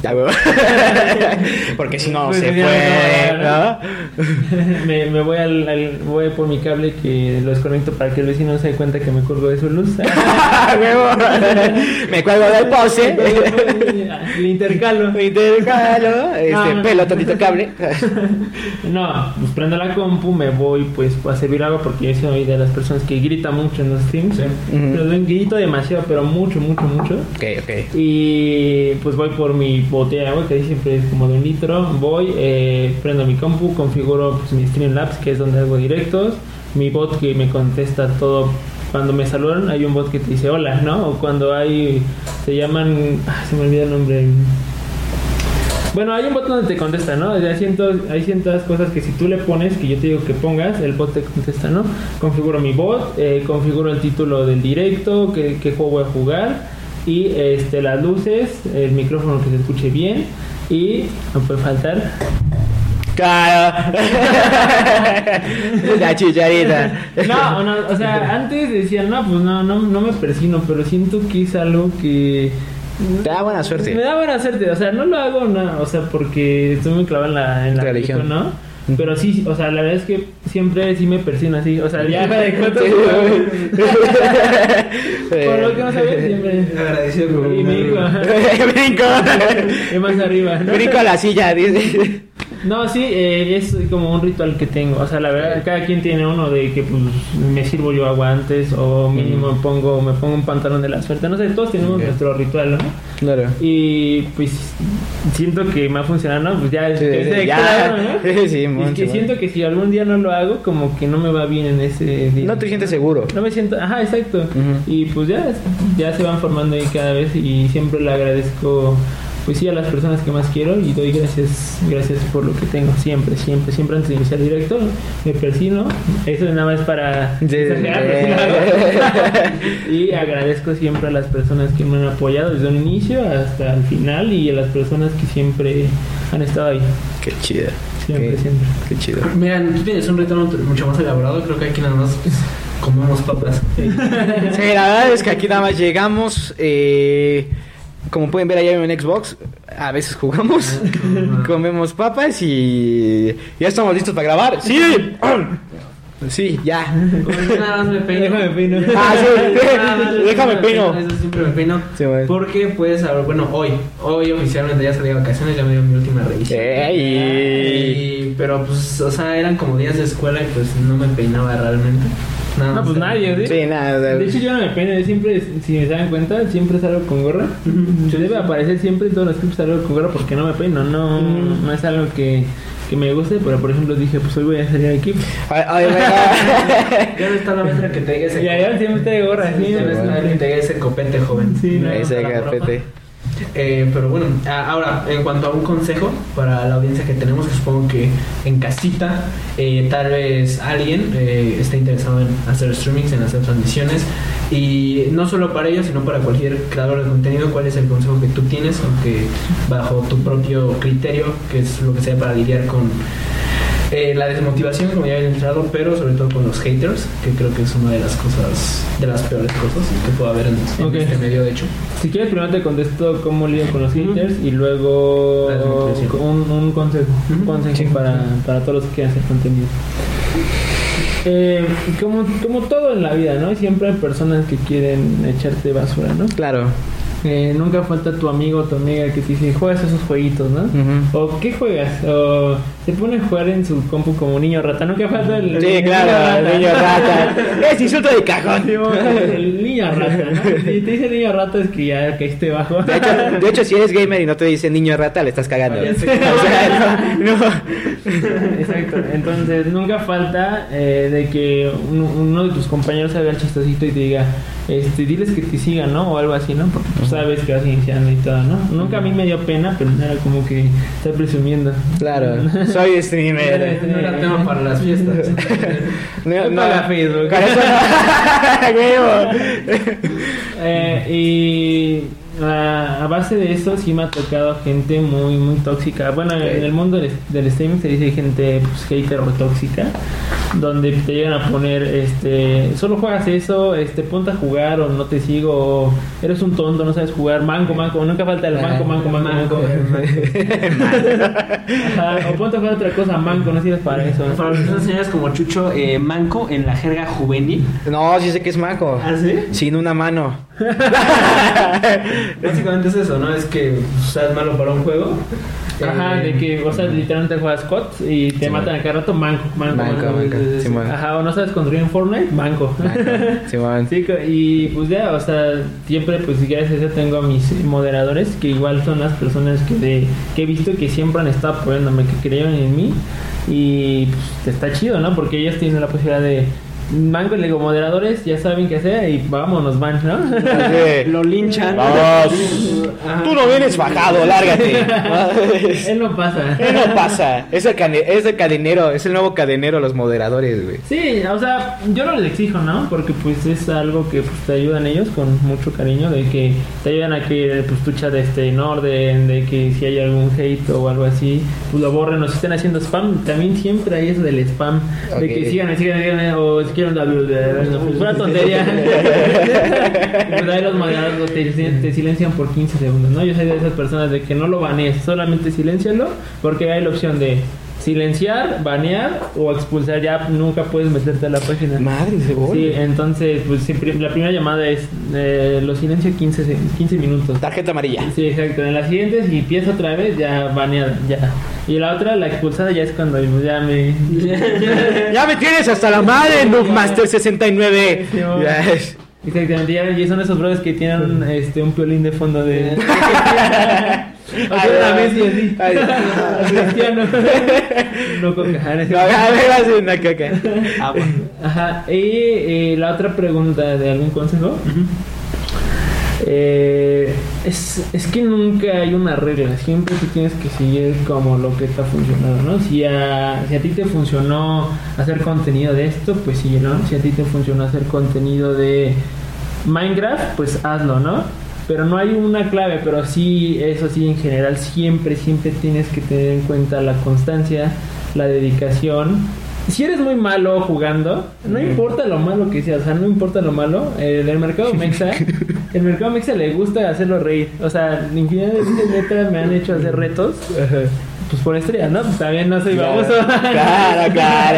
S2: Porque si no
S3: pues
S2: se puede, ¿no?
S3: me voy por mi cable, que lo desconecto para que el vecino se dé cuenta que me cuelgo de su luz.
S2: Me cuelgo del poste.
S3: Le intercalo.
S2: Pelo tantito cable.
S3: No, pues prendo la compu, me voy pues a servir agua, porque yo soy de las personas que grita mucho en los streams. Pero grito demasiado, pero mucho.
S2: Ok.
S3: Y pues voy por mi botella de agua, que ahí siempre es como de 1 litro. Voy, prendo mi compu, configuro pues mi Streamlabs, que es donde hago directos. Mi bot que me contesta todo. Cuando me saludan, hay un bot que te dice hola, ¿no? O cuando se llaman, se me olvida el nombre. Bueno, hay un bot donde te contesta, ¿no? Hay ciertas cosas que si tú le pones, que yo te digo que pongas, el bot te contesta, ¿no? Configuro mi bot, configuro el título del directo, qué juego voy a jugar, y las luces, el micrófono que se escuche bien, y no puede faltar
S2: la chicharita.
S3: No, o sea, antes decían, no, pues no me persino, pero siento que es algo que
S2: te da buena suerte.
S3: Me da buena suerte, o sea, no lo hago, o sea, porque estoy muy clavado en la religión, ¿no? Pero sí, o sea, la verdad es que siempre sí me persino así, o sea, ya de cuánto por lo que no sabía, siempre
S1: agradecido con
S3: y brinco y más arriba, ¿no?
S2: Brinco a la silla, dice.
S3: No, sí, es como un ritual que tengo. O sea, la verdad, cada quien tiene uno de que pues me sirvo yo agua antes, o mínimo me pongo un pantalón de la suerte. No sé, todos tenemos nuestro ritual, ¿no?
S2: Claro.
S3: Y pues siento que me ha funcionado, ¿no? Pues ya,
S2: claro,
S3: ¿no?
S2: Sí,
S3: es que siento que si algún día no lo hago, como que no me va bien en ese día.
S2: No te sientes seguro.
S3: No me siento, ajá, exacto. Y pues ya se van formando ahí cada vez, y siempre le agradezco, pues sí, a las personas que más quiero, y doy gracias por lo que tengo, siempre antes de iniciar el directo me persino, eso nada más para y agradezco siempre a las personas que me han apoyado desde un inicio hasta el final, y a las personas que siempre han estado ahí.
S2: Qué chida.
S3: Siempre.
S2: Qué chido.
S1: Mira, tú tienes un ritual mucho más elaborado. Creo que aquí nada más comemos papas.
S2: Sí, la verdad es que aquí nada más llegamos. Como pueden ver allá en Xbox, a veces jugamos, comemos papas y ya estamos listos para grabar. ¡Sí! Sí, ya.
S1: Nada más me peino.
S3: Déjame peino.
S2: Déjame peino.
S1: Eso siempre me peino.
S2: Sí, bueno.
S1: Porque pues, bueno, hoy oficialmente ya salí de vacaciones, ya me dio mi última revisión. Pero pues, o sea, eran como días de escuela y pues no me peinaba realmente.
S3: No, pues nadie, ¿sí?
S2: Sí, nada.
S3: De hecho, yo no me peino, siempre, si me dan cuenta, siempre salgo con gorra. Yo debe aparecer siempre en todos los clips salgo con gorra porque no me peino, no es algo que me guste, pero por ejemplo dije, pues hoy voy a salir aquí.
S1: Ya no está la maestra que te diga ese
S3: copete. Ya siempre te gorra, sí.
S1: Ya no está la que te diga ese copete, joven.
S3: Sí, no,
S2: ese copete.
S1: Pero bueno, ahora en cuanto a un consejo para la audiencia que tenemos, que supongo que en casita tal vez alguien esté interesado en hacer streamings, en hacer transmisiones, y no solo para ellos sino para cualquier creador de contenido, ¿cuál es el consejo que tú tienes, aunque bajo tu propio criterio, que es lo que sea para lidiar con la desmotivación, como ya había entrado, pero sobre todo con los haters, que creo que es una de las cosas, de las peores cosas que puede haber en este medio, de hecho?
S3: Si quieres, primero te contesto cómo lidio con los haters y luego un consejo, para todos los que quieran hacer contenido. Como todo en la vida, ¿no? Siempre hay personas que quieren echarte basura, ¿no?
S2: Claro.
S3: Nunca falta tu amigo o tu amiga que te dice, juegas esos jueguitos, ¿no? O ¿qué juegas? O se pone a jugar en su compu como niño rata. Nunca falta el
S2: niño rata. Es insulto de cajón.
S3: El niño rata, ¿no? Si te dice niño rata es que ya caíste bajo.
S2: De hecho, si eres gamer y no te dice niño rata, le estás cagando. O sea, no.
S3: Exacto. Entonces nunca falta de que uno de tus compañeros haga el chistosito y te diga, diles que te sigan, ¿no? O algo así, ¿no? Porque tú sabes que vas iniciando y todo, ¿no? Nunca a mí me dio pena, pero era como que estar presumiendo.
S2: Claro, soy streamer.
S1: No era tema para las fiestas.
S2: No,
S3: Para Facebook.
S2: Con eso no.
S3: Y a base de eso sí me ha tocado gente muy muy tóxica. Bueno, en el mundo del streaming se dice gente pues, hater o tóxica, donde te llegan a poner solo juegas eso, ponte a jugar o no te sigo, o eres un tonto, no sabes jugar, manco, nunca falta el manco. Ajá, o ponte a jugar otra cosa, manco, no sirves para eso.
S1: Para los señores como Chucho, manco en la jerga juvenil.
S2: No, sí sé que es manco.
S1: ¿Ah, sí?
S2: Sin una mano.
S1: Básicamente es eso, ¿no? Es que seas malo para un juego.
S3: Ajá, de que, o sea, literalmente juegas COD y te matan a cada rato, manco.
S2: Sí,
S3: Ajá, o no sabes construir en Fortnite, manco.
S2: Sí, man.
S3: Sí, y pues ya, o sea, siempre, pues gracias a eso tengo a mis moderadores, que igual son las personas que he visto que siempre han estado apoyándome, que creyeron en mí. Y pues está chido, ¿no? Porque ellos tienen la posibilidad de... Mango, le digo, moderadores ya saben qué hacer y vámonos, van, ¿no?
S1: Lo linchan.
S2: Vamos. Tú no vienes bajado, lárgate.
S3: Él no pasa.
S2: Él no pasa. Es el cadenero, es el nuevo cadenero, los moderadores, güey.
S3: Sí, o sea, yo no les exijo, ¿no? Porque pues es algo que pues, te ayudan ellos con mucho cariño, de que te ayudan a que pues tu chat esté en orden, de que si hay algún hate o algo así, pues lo borren, o si están haciendo spam, también siempre hay eso del spam, de que sigan, o si quieren una tontería. Pues ahí los moderadores te silencian por 15 segundos, ¿no? Yo soy de esas personas de que no lo banees, solamente siléncialo, porque hay la opción de silenciar, banear o expulsar. Ya nunca puedes meterte a la página.
S2: Madre, seguro.
S3: Sí, entonces pues siempre, la primera llamada es lo silencio 15 minutos.
S2: Tarjeta amarilla.
S3: Sí, exacto. En las siguientes, si empieza otra vez, ya baneada, ya. Y la otra, la expulsada, ya es cuando ya me...
S2: Ya me tienes hasta la madre, Noobmaster 69.
S3: Sí,
S2: Ya es.
S3: Exactamente, y son esos brothers que tienen un piolín de fondo de... O sea, la Messi así. Cristiano. No cocajares.
S2: No, a ver, así una caca.
S1: Bueno.
S3: Ajá. Y la otra pregunta de algún consejo. Es que nunca hay una regla, siempre tú tienes que seguir como lo que te ha funcionado, ¿no? Si a ti te funcionó hacer contenido de esto, pues síguelo, ¿no? Si a ti te funcionó hacer contenido de Minecraft, pues hazlo, ¿no? Pero no hay una clave, pero sí, eso sí, en general siempre tienes que tener en cuenta la constancia, la dedicación. Si eres muy malo jugando, no importa lo malo que seas, o sea, no importa lo malo, el mercado mexa le gusta hacerlo reír. O sea, infinidad de veces neta me han hecho hacer retos, pues por estrella, ¿no? Pues también no soy baboso.
S2: Claro.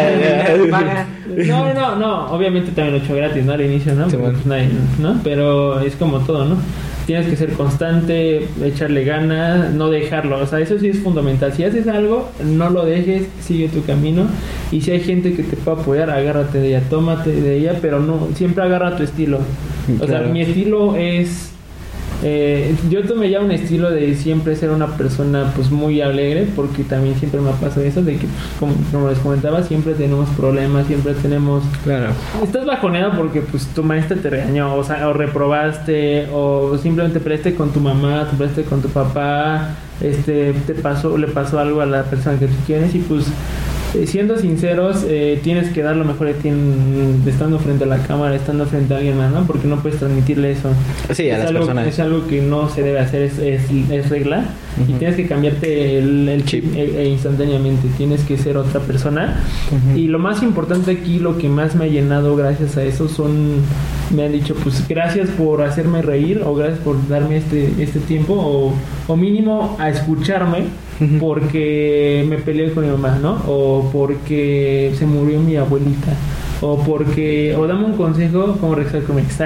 S3: No, obviamente también lo he hecho gratis, ¿no? Al inicio, ¿no?
S2: Sí,
S3: Porque, pues, nadie, ¿no? Pero es como todo, ¿no? Tienes que ser constante, echarle ganas, no dejarlo. O sea, eso sí es fundamental. Si haces algo, no lo dejes, sigue tu camino. Y si hay gente que te puede apoyar, agárrate de ella, tómate de ella, pero no, siempre agarra tu estilo. O sea, mi estilo es... yo tomé ya un estilo de siempre ser una persona pues muy alegre, porque también siempre me pasa eso de que pues, como les comentaba, siempre tenemos problemas, siempre tenemos... Claro. Estás bajoneado porque pues tu maestra te regañó, o sea, o reprobaste, o simplemente peleaste con tu mamá, te peleaste con tu papá, le pasó algo a la persona que tú quieres y pues... siendo sinceros, tienes que dar lo mejor de ti estando frente a la cámara, estando frente a alguien más, ¿no? Porque no puedes transmitirle eso.
S2: Sí, a las personas.
S3: Es algo que no se debe hacer, es regla. Y tienes que cambiarte el chip instantáneamente. Tienes que ser otra persona. Y lo más importante aquí, lo que más me ha llenado gracias a eso me han dicho, pues gracias por hacerme reír, o gracias por darme este tiempo, o mínimo a escucharme, porque me peleé con mi mamá, ¿no? O porque se murió mi abuelita, o dame un consejo como regresar con mi ex.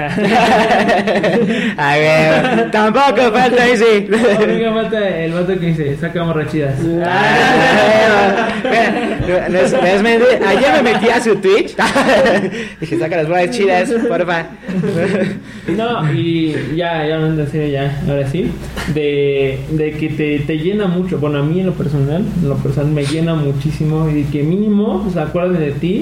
S2: A ver, tampoco falta ese.
S3: Oiga, falta el vato que dice, saca borrachidas.
S2: Ayer me metí a su Twitch. Dije, saca las bolas chidas, porfa.
S3: No, y ya en serio, ya, ahora sí, de que te llena mucho. Bueno, a mí en lo personal me llena muchísimo, y que mínimo se acuerden de ti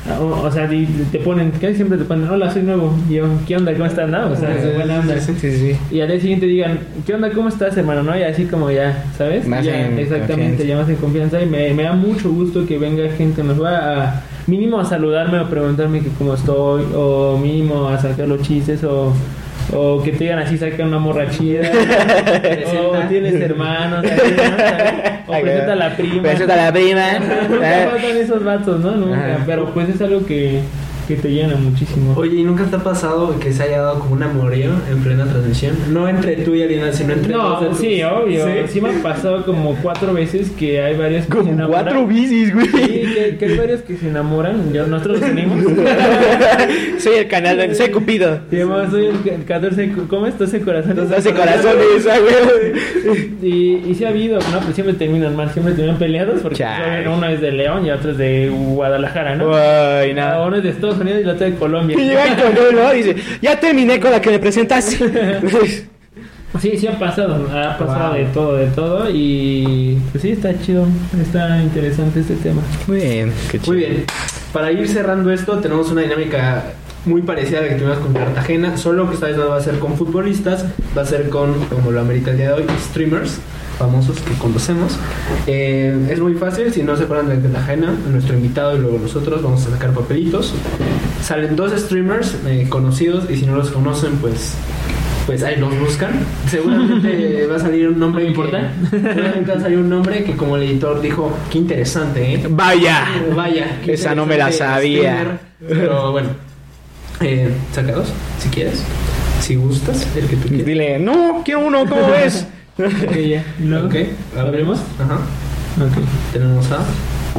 S3: O sea, te ponen, casi siempre te ponen, hola, soy nuevo. Y yo, ¿qué onda? ¿Cómo estás? No, o sea, buena onda.
S2: Sí.
S3: Y al día siguiente digan, ¿qué onda? ¿Cómo estás, hermano? ¿No? Y así como ya, ¿sabes?
S2: Más
S3: ya,
S2: en
S3: exactamente,
S2: confianza.
S3: ya más en confianza. Y me da mucho gusto que venga gente, nos va a mínimo a saludarme o preguntarme que cómo estoy, o mínimo a sacar los chistes, o que te digan así, saca una morra chida, o tienes hermanos, así, ¿no? ¿Sabes? O presenta a la prima.
S2: Presenta a la prima.
S3: Nunca faltan esos vatos, ¿no? Nunca. Pero pues es algo que te llena muchísimo.
S1: Oye, ¿y nunca te ha pasado que se haya dado como un amorío en plena transmisión? No entre tú y alguien, sino entre
S3: No,
S1: dos de tus-
S3: sí, obvio. Sí me ha pasado como 4 veces que hay varios que se
S2: Como
S3: enamoran.
S2: 4 bicis, güey.
S3: Sí, que hay varios que se enamoran. Nosotros los tenemos.
S2: Soy el canal, soy Cupido.
S3: Soy el 14, ¿cómo es? 12 corazones.
S2: 12 corazones, güey.
S3: Y sí ha habido, no, pues siempre terminan mal, siempre terminan peleados porque
S2: Chale.
S3: uno es de León y otro es de Guadalajara, ¿no?
S2: Ay, nada.
S3: Uno es de Estados Unidos y el otro de Colombia.
S2: Y llegan con uno, dice, ya terminé con la que me presentaste.
S3: Sí, ha pasado
S1: Wow.
S3: de todo y pues sí, está chido, está interesante este tema.
S2: Muy bien, qué chido.
S1: Muy bien. Para ir cerrando esto, tenemos una dinámica muy parecida a la que tuvimos con Cartagena, solo que esta vez no va a ser con futbolistas, va a ser con, como lo amerita el día de hoy, streamers famosos que conocemos. Es muy fácil, si no se acuerdan de Cartagena, nuestro invitado y luego nosotros vamos a sacar papelitos. Salen 2 streamers conocidos y si no los conocen, pues ahí los buscan. Seguramente va a salir un nombre.
S3: ¿No importa?
S1: Seguramente va a salir un nombre que, como el editor dijo, qué interesante, ¿eh?
S2: Vaya.
S1: Vaya. qué
S2: Esa no me la
S1: interesante
S2: sabía.
S1: streamer. Pero bueno. Saca 2, si quieres. Si gustas, el que tú quieras.
S2: Dile, no, quiero uno, ¿cómo ves?
S3: Ok, ya. ¿No?
S1: Ok,
S3: ¿Abrimos?
S1: Ajá.
S3: Ok.
S1: Tenemos a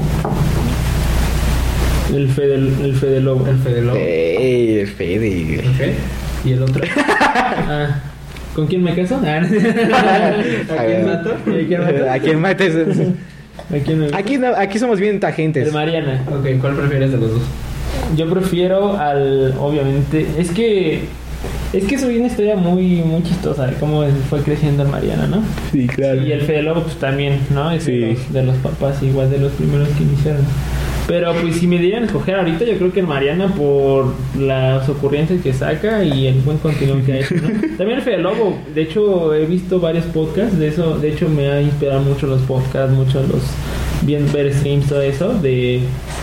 S3: El Fede Lobo.
S1: el Fede Lobo.
S2: Fede.
S1: Ok. ¿Y el otro?
S3: Ah, ¿con quién me caso? Ah,
S1: ¿A quién mato?
S3: ¿A quién mato?
S2: ¿A quién mates?
S3: ¿A quién me
S2: Aquí somos bien tajentes.
S3: El Mariana.
S1: Ok, ¿cuál prefieres de los dos?
S3: Yo prefiero obviamente, es que soy una historia muy chistosa de cómo fue creciendo el Mariana, ¿no?
S2: Sí, claro.
S3: Y el Fede Lobo pues también, ¿no? Es
S2: Sí.
S3: de los papás, igual de los primeros que iniciaron. Pero pues si me dieran a escoger ahorita, yo creo que el Mariana por las ocurrencias que saca y el buen contenido que ha hecho, ¿no? También el Fede Lobo, de hecho he visto varios podcasts de eso, de hecho me ha inspirado mucho los podcasts, mucho ver streams, todo eso, de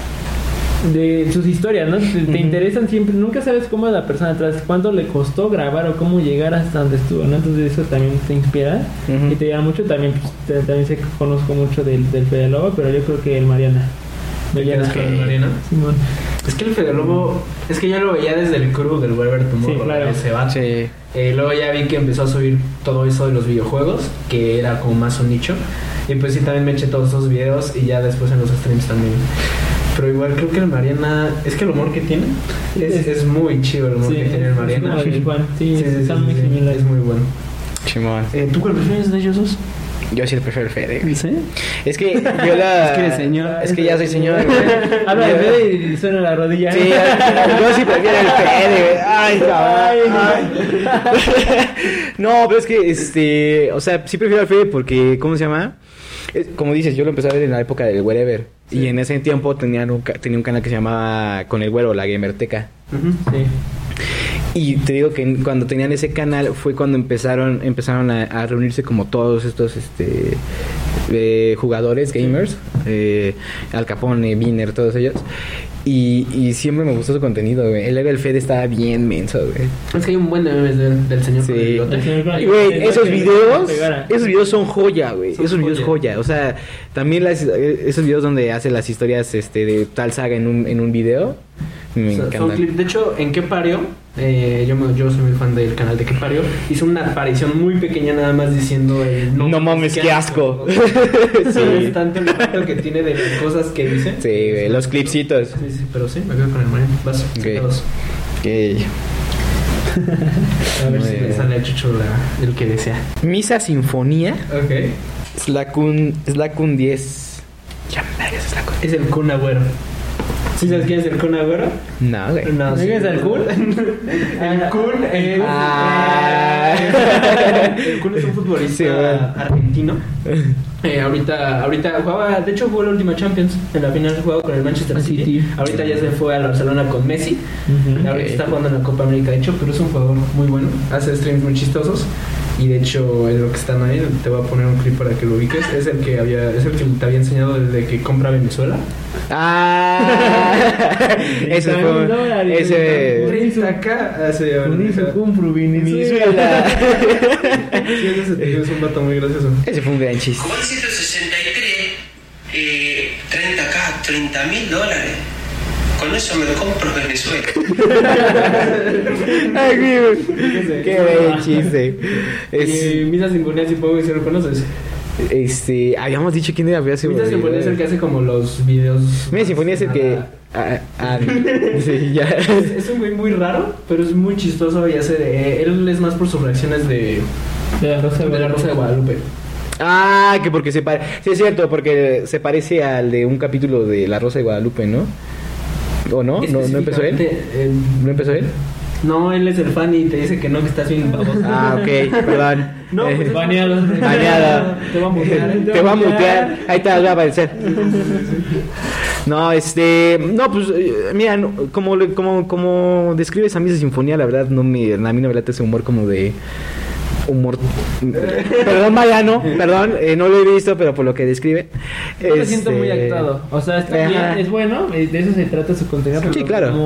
S3: sus historias, ¿no? Te interesan siempre, nunca sabes cómo es la persona atrás, cuánto le costó grabar o cómo llegar hasta donde estuvo, ¿no? Entonces eso también te inspira y te llama mucho. También también sé que conozco mucho del Fede Lobo, pero yo creo que el Mariana.
S1: ¿Te quedas con el Mariana?
S3: Simón.
S1: Es que el Fede Lobo, es que yo lo veía desde el crew del Wherever Tomorrow.
S3: Sí, claro.
S1: Ese vato.
S2: Sí.
S1: Luego ya vi que empezó a subir todo eso de los videojuegos, que era como más un nicho. Y pues sí, también me eché todos esos videos y ya después en los streams también. Pero igual creo que el Mariana, es que el humor que tiene es muy chido el humor
S3: Sí,
S1: que tiene el Mariana.
S3: es como el de Juan. Sí, son muy
S1: sí,
S3: similares.
S1: es muy bueno.
S2: Chimón.
S1: ¿Tú cuál prefieres de ellos dos?
S2: Yo sí prefiero el Fede. güey.
S1: ¿Sí?
S2: Es que yo la...
S1: Es que eres señor.
S2: Es que ya soy señor, güey.
S3: Habla de Fede y suena la rodilla.
S2: Sí, yo sí prefiero el Fede, güey. Ay, cabrón. No, pero es que, o sea, sí prefiero el Fede porque, ¿cómo se llama? Como dices, yo lo empecé a ver en la época del Wherever. Sí. Y en ese tiempo tenía un canal que se llamaba Con el Güero, la Gamerteca.
S3: Sí.
S2: Y te digo que cuando tenían ese canal fue cuando empezaron a reunirse como todos estos jugadores, gamers, Al Capone, Viner, todos ellos. Y siempre me gustó su contenido, güey. El Fede estaba bien menso, güey.
S1: Es que hay un buen meme del señor con el bigote.
S2: Güey, esos videos son joya, güey. Esos videos joya. O sea, también esos videos donde hace las historias de tal saga en un video. Me encantan.
S1: De hecho, en Qué Parió, yo soy muy fan del canal de Qué Parió, hizo una aparición muy pequeña nada más diciendo
S2: no mames, qué asco.
S1: Sí. Es tanto el impacto que tiene de las cosas que dice.
S2: Sí, güey, los clipsitos.
S1: Sí, pero sí, me quedo con el Mariano. Vas,
S2: okay.
S1: A ver si le sale a Chucho el que desea.
S2: Misa Sinfonía.
S1: Ok.
S2: Slacun 10. Ya me es Slacun.
S1: Es el Kun Agüero. ¿Sí sabes quién es el Kun Agüero?
S2: No, güey.
S1: No,
S3: ¿quién es el Kun?
S1: El Kun es... El Kun es un futbolista
S2: Sí, bueno.
S1: argentino. Ahorita jugaba, de hecho jugó la última Champions. En la final jugaba con el Manchester City.
S3: City.
S1: Ahorita ya se fue al Barcelona con Messi. Ahorita está jugando en la Copa América, de hecho, pero es un jugador muy bueno. Hace streams muy chistosos. Y de hecho, en lo que están ahí, te voy a poner un clip para que lo ubiques. Es el que te había enseñado desde que compra Venezuela.
S2: Ese fue. Ese.
S1: 30K hace
S2: Venezuela.
S1: Sí, es un vato muy gracioso.
S2: Ese fue un gran chiste.
S4: Como el 163, 30K, $30.000. Con eso me lo compro en Venezuela.
S2: Ay, güey. Qué buen chiste.
S1: Misa Sinfonía, supongo que si lo conoces.
S2: Habíamos dicho quién era.
S1: Misa Sinfonía es el que hace como los videos.
S2: Misa Sinfonía es el que. Sí, ya.
S1: Es un güey muy raro, pero es muy chistoso y hace. Él es más por sus reacciones de
S3: La Rosa
S1: de Guadalupe.
S2: Que porque se parece. Sí, es cierto, porque se parece al de un capítulo de La Rosa de Guadalupe, ¿no? ¿O no? ¿No empezó él? ¿No empezó él?
S1: No, él es el fan y te dice que no, que estás bien baboso.
S2: Ok, perdón.
S1: No, pues
S3: baneado.
S2: Baneado.
S1: Te va a mutear.
S2: Te va a mutear. Ahí te va a aparecer. No, no, pues, mira, como describes a Misa Sinfonía, la verdad, a mí no me late ese humor como de humor. Perdón, Mariano, no lo he visto, pero por lo que describe.
S3: Yo me siento muy actuado. O sea, está bien, es bueno, de eso se trata su contenido.
S2: Sí,
S3: pero
S2: claro.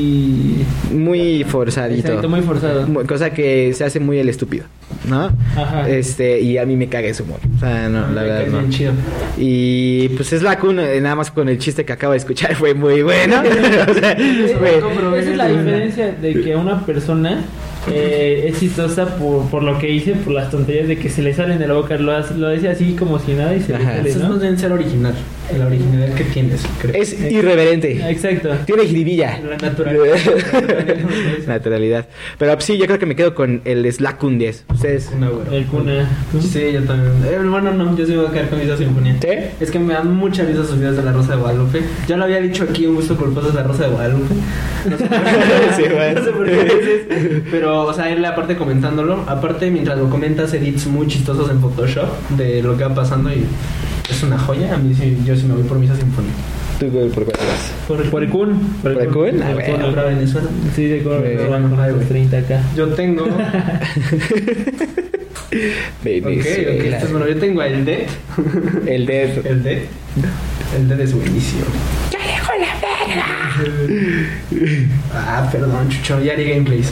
S2: Muy forzadito.
S3: Exacto, muy forzado.
S2: Cosa que se hace muy el estúpido, ¿no?
S3: Ajá.
S2: Y a mí me caga ese humor. O sea, no, la verdad,
S1: Es
S2: no.
S1: bien chido.
S2: Y pues es la cuna, nada más con el chiste que acabo de escuchar fue muy bueno. O sea,
S3: Esa es la diferencia de que una persona es chistosa por lo que hice, por las tonterías de que se le salen de la boca, lo dice así como si nada y se le
S2: Ajá.
S3: sale,
S1: Eso
S3: ¿no?
S1: no deben ser original. La originalidad que tienes, creo.
S2: es irreverente.
S3: Exacto.
S2: Tiene jiribilla.
S1: La naturalidad.
S2: Naturalidad. Pero pues, sí, yo creo que me quedo con el Slacun 10. Ustedes.
S1: Una güera.
S3: El cuna.
S1: Sí, yo también. Bueno, no, yo sí me voy a quedar con Misa Sinfonía.
S2: ¿Sí?
S1: Es que me dan mucha risa sus videos de La Rosa de Guadalupe. Ya lo había dicho aquí, un gusto culposo de La Rosa de Guadalupe. No sé por qué,
S2: Sí, bueno.
S1: no sé por qué dices. Pero, o sea, él aparte comentándolo, aparte mientras lo comentas, edits muy chistosos en Photoshop de lo que va pasando y es una joya. A mí sí, yo sí me voy por Misa Sinfonía.
S2: ¿Tú por cuál vas?
S3: Por el Kun.
S2: ¿Por el Kun? A ver.
S1: Compra Venezuela.
S3: Sí, de acuerdo.
S2: Bueno,
S3: Con
S1: ay,
S3: los
S1: güey.
S3: 30K.
S1: Yo tengo. Ok,
S2: Venezuela.
S1: entonces bueno, yo tengo el Dead.
S2: El Dead.
S1: El Dead. El Dead es buenísimo. Perdón, Chucho, ya haría gameplays.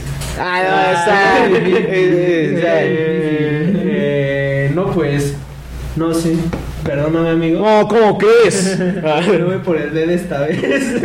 S1: No, pues. No sé. Perdóname, amigo.
S2: No, ¿cómo crees?
S1: Yo voy por el Dead esta vez.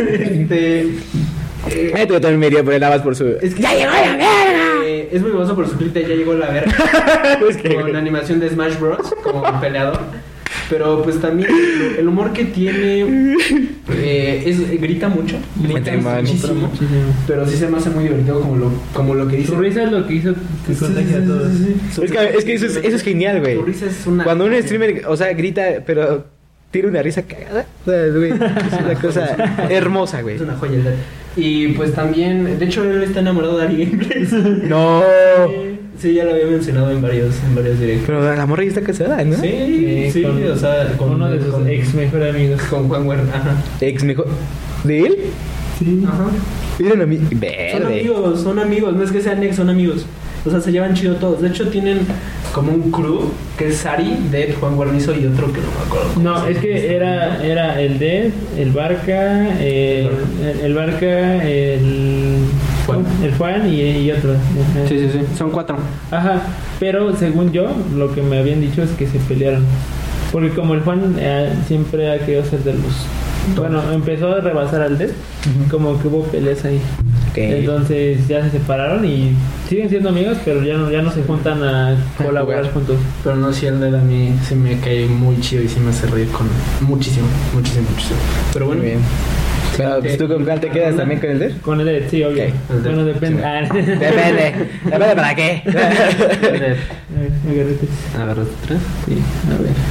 S2: Tú también me iría por el Navas por su.
S1: Es que ¡ya llegó la verga! Es muy famoso por su clip de Ya llegó la verga.
S2: Es que-
S1: Con animación de Smash Bros. Como peleador. Pero pues también el humor que tiene grita mucho. Grita muchísimo. Pero sí se me hace muy divertido como lo que dice.
S3: Su risa es lo que hizo que contagie a todos.
S2: Es que eso es genial, güey.
S1: Su risa es una.
S2: Cuando un streamer, o sea, grita, pero tiene una risa cagada. O sea, güey, es una cosa hermosa, güey.
S1: Es una joya el Dad. Y pues también, de hecho, él está enamorado de Ari Gameplays.
S2: No.
S1: Sí, ya lo había mencionado en varios directos.
S2: Pero la morra ya está casada, ¿no?
S1: Sí, o sea, con
S3: uno de sus
S1: con-
S3: ex mejores amigos.
S1: Con Juan Werner, ajá.
S2: Ex mejor. ¿De él?
S3: Sí.
S1: Ajá.
S2: Eran
S1: Son
S2: verde.
S1: amigos, no es que sean ex, son amigos. O sea, se llevan chido todos. De hecho, tienen como un crew que es Sari, Dead, Juan Guarnizo y otro que no me acuerdo. cómo
S3: No,
S1: se
S3: es
S1: llama.
S3: que era el Dead, el Barca, el Barca,
S1: Juan.
S3: el Juan y otro. Ajá.
S1: Sí, son 4.
S3: Ajá, pero según yo, lo que me habían dicho es que se pelearon. Porque como el Juan siempre ha querido ser de los... Bueno, empezó a rebasar al Dead, como que hubo peleas ahí.
S2: Okay.
S3: Entonces ya se separaron y siguen siendo amigos, pero ya no se juntan a colaborar
S1: jugar.
S3: juntos.
S1: Pero no, si el Dead a mí se me cae muy chido y sí me hace reír con muchísimo. Pero bueno.
S2: Muy bien. Pero, pues, ¿tú con cuál te quedas también con el Dead?
S3: Con el Dead, sí, obvio.
S2: Ok.
S3: Bueno, depende.
S1: Sí.
S3: Ah,
S2: Depende para qué.
S1: El Dead.
S3: agarrate.
S1: Agarraste 3.
S3: Sí, a ver.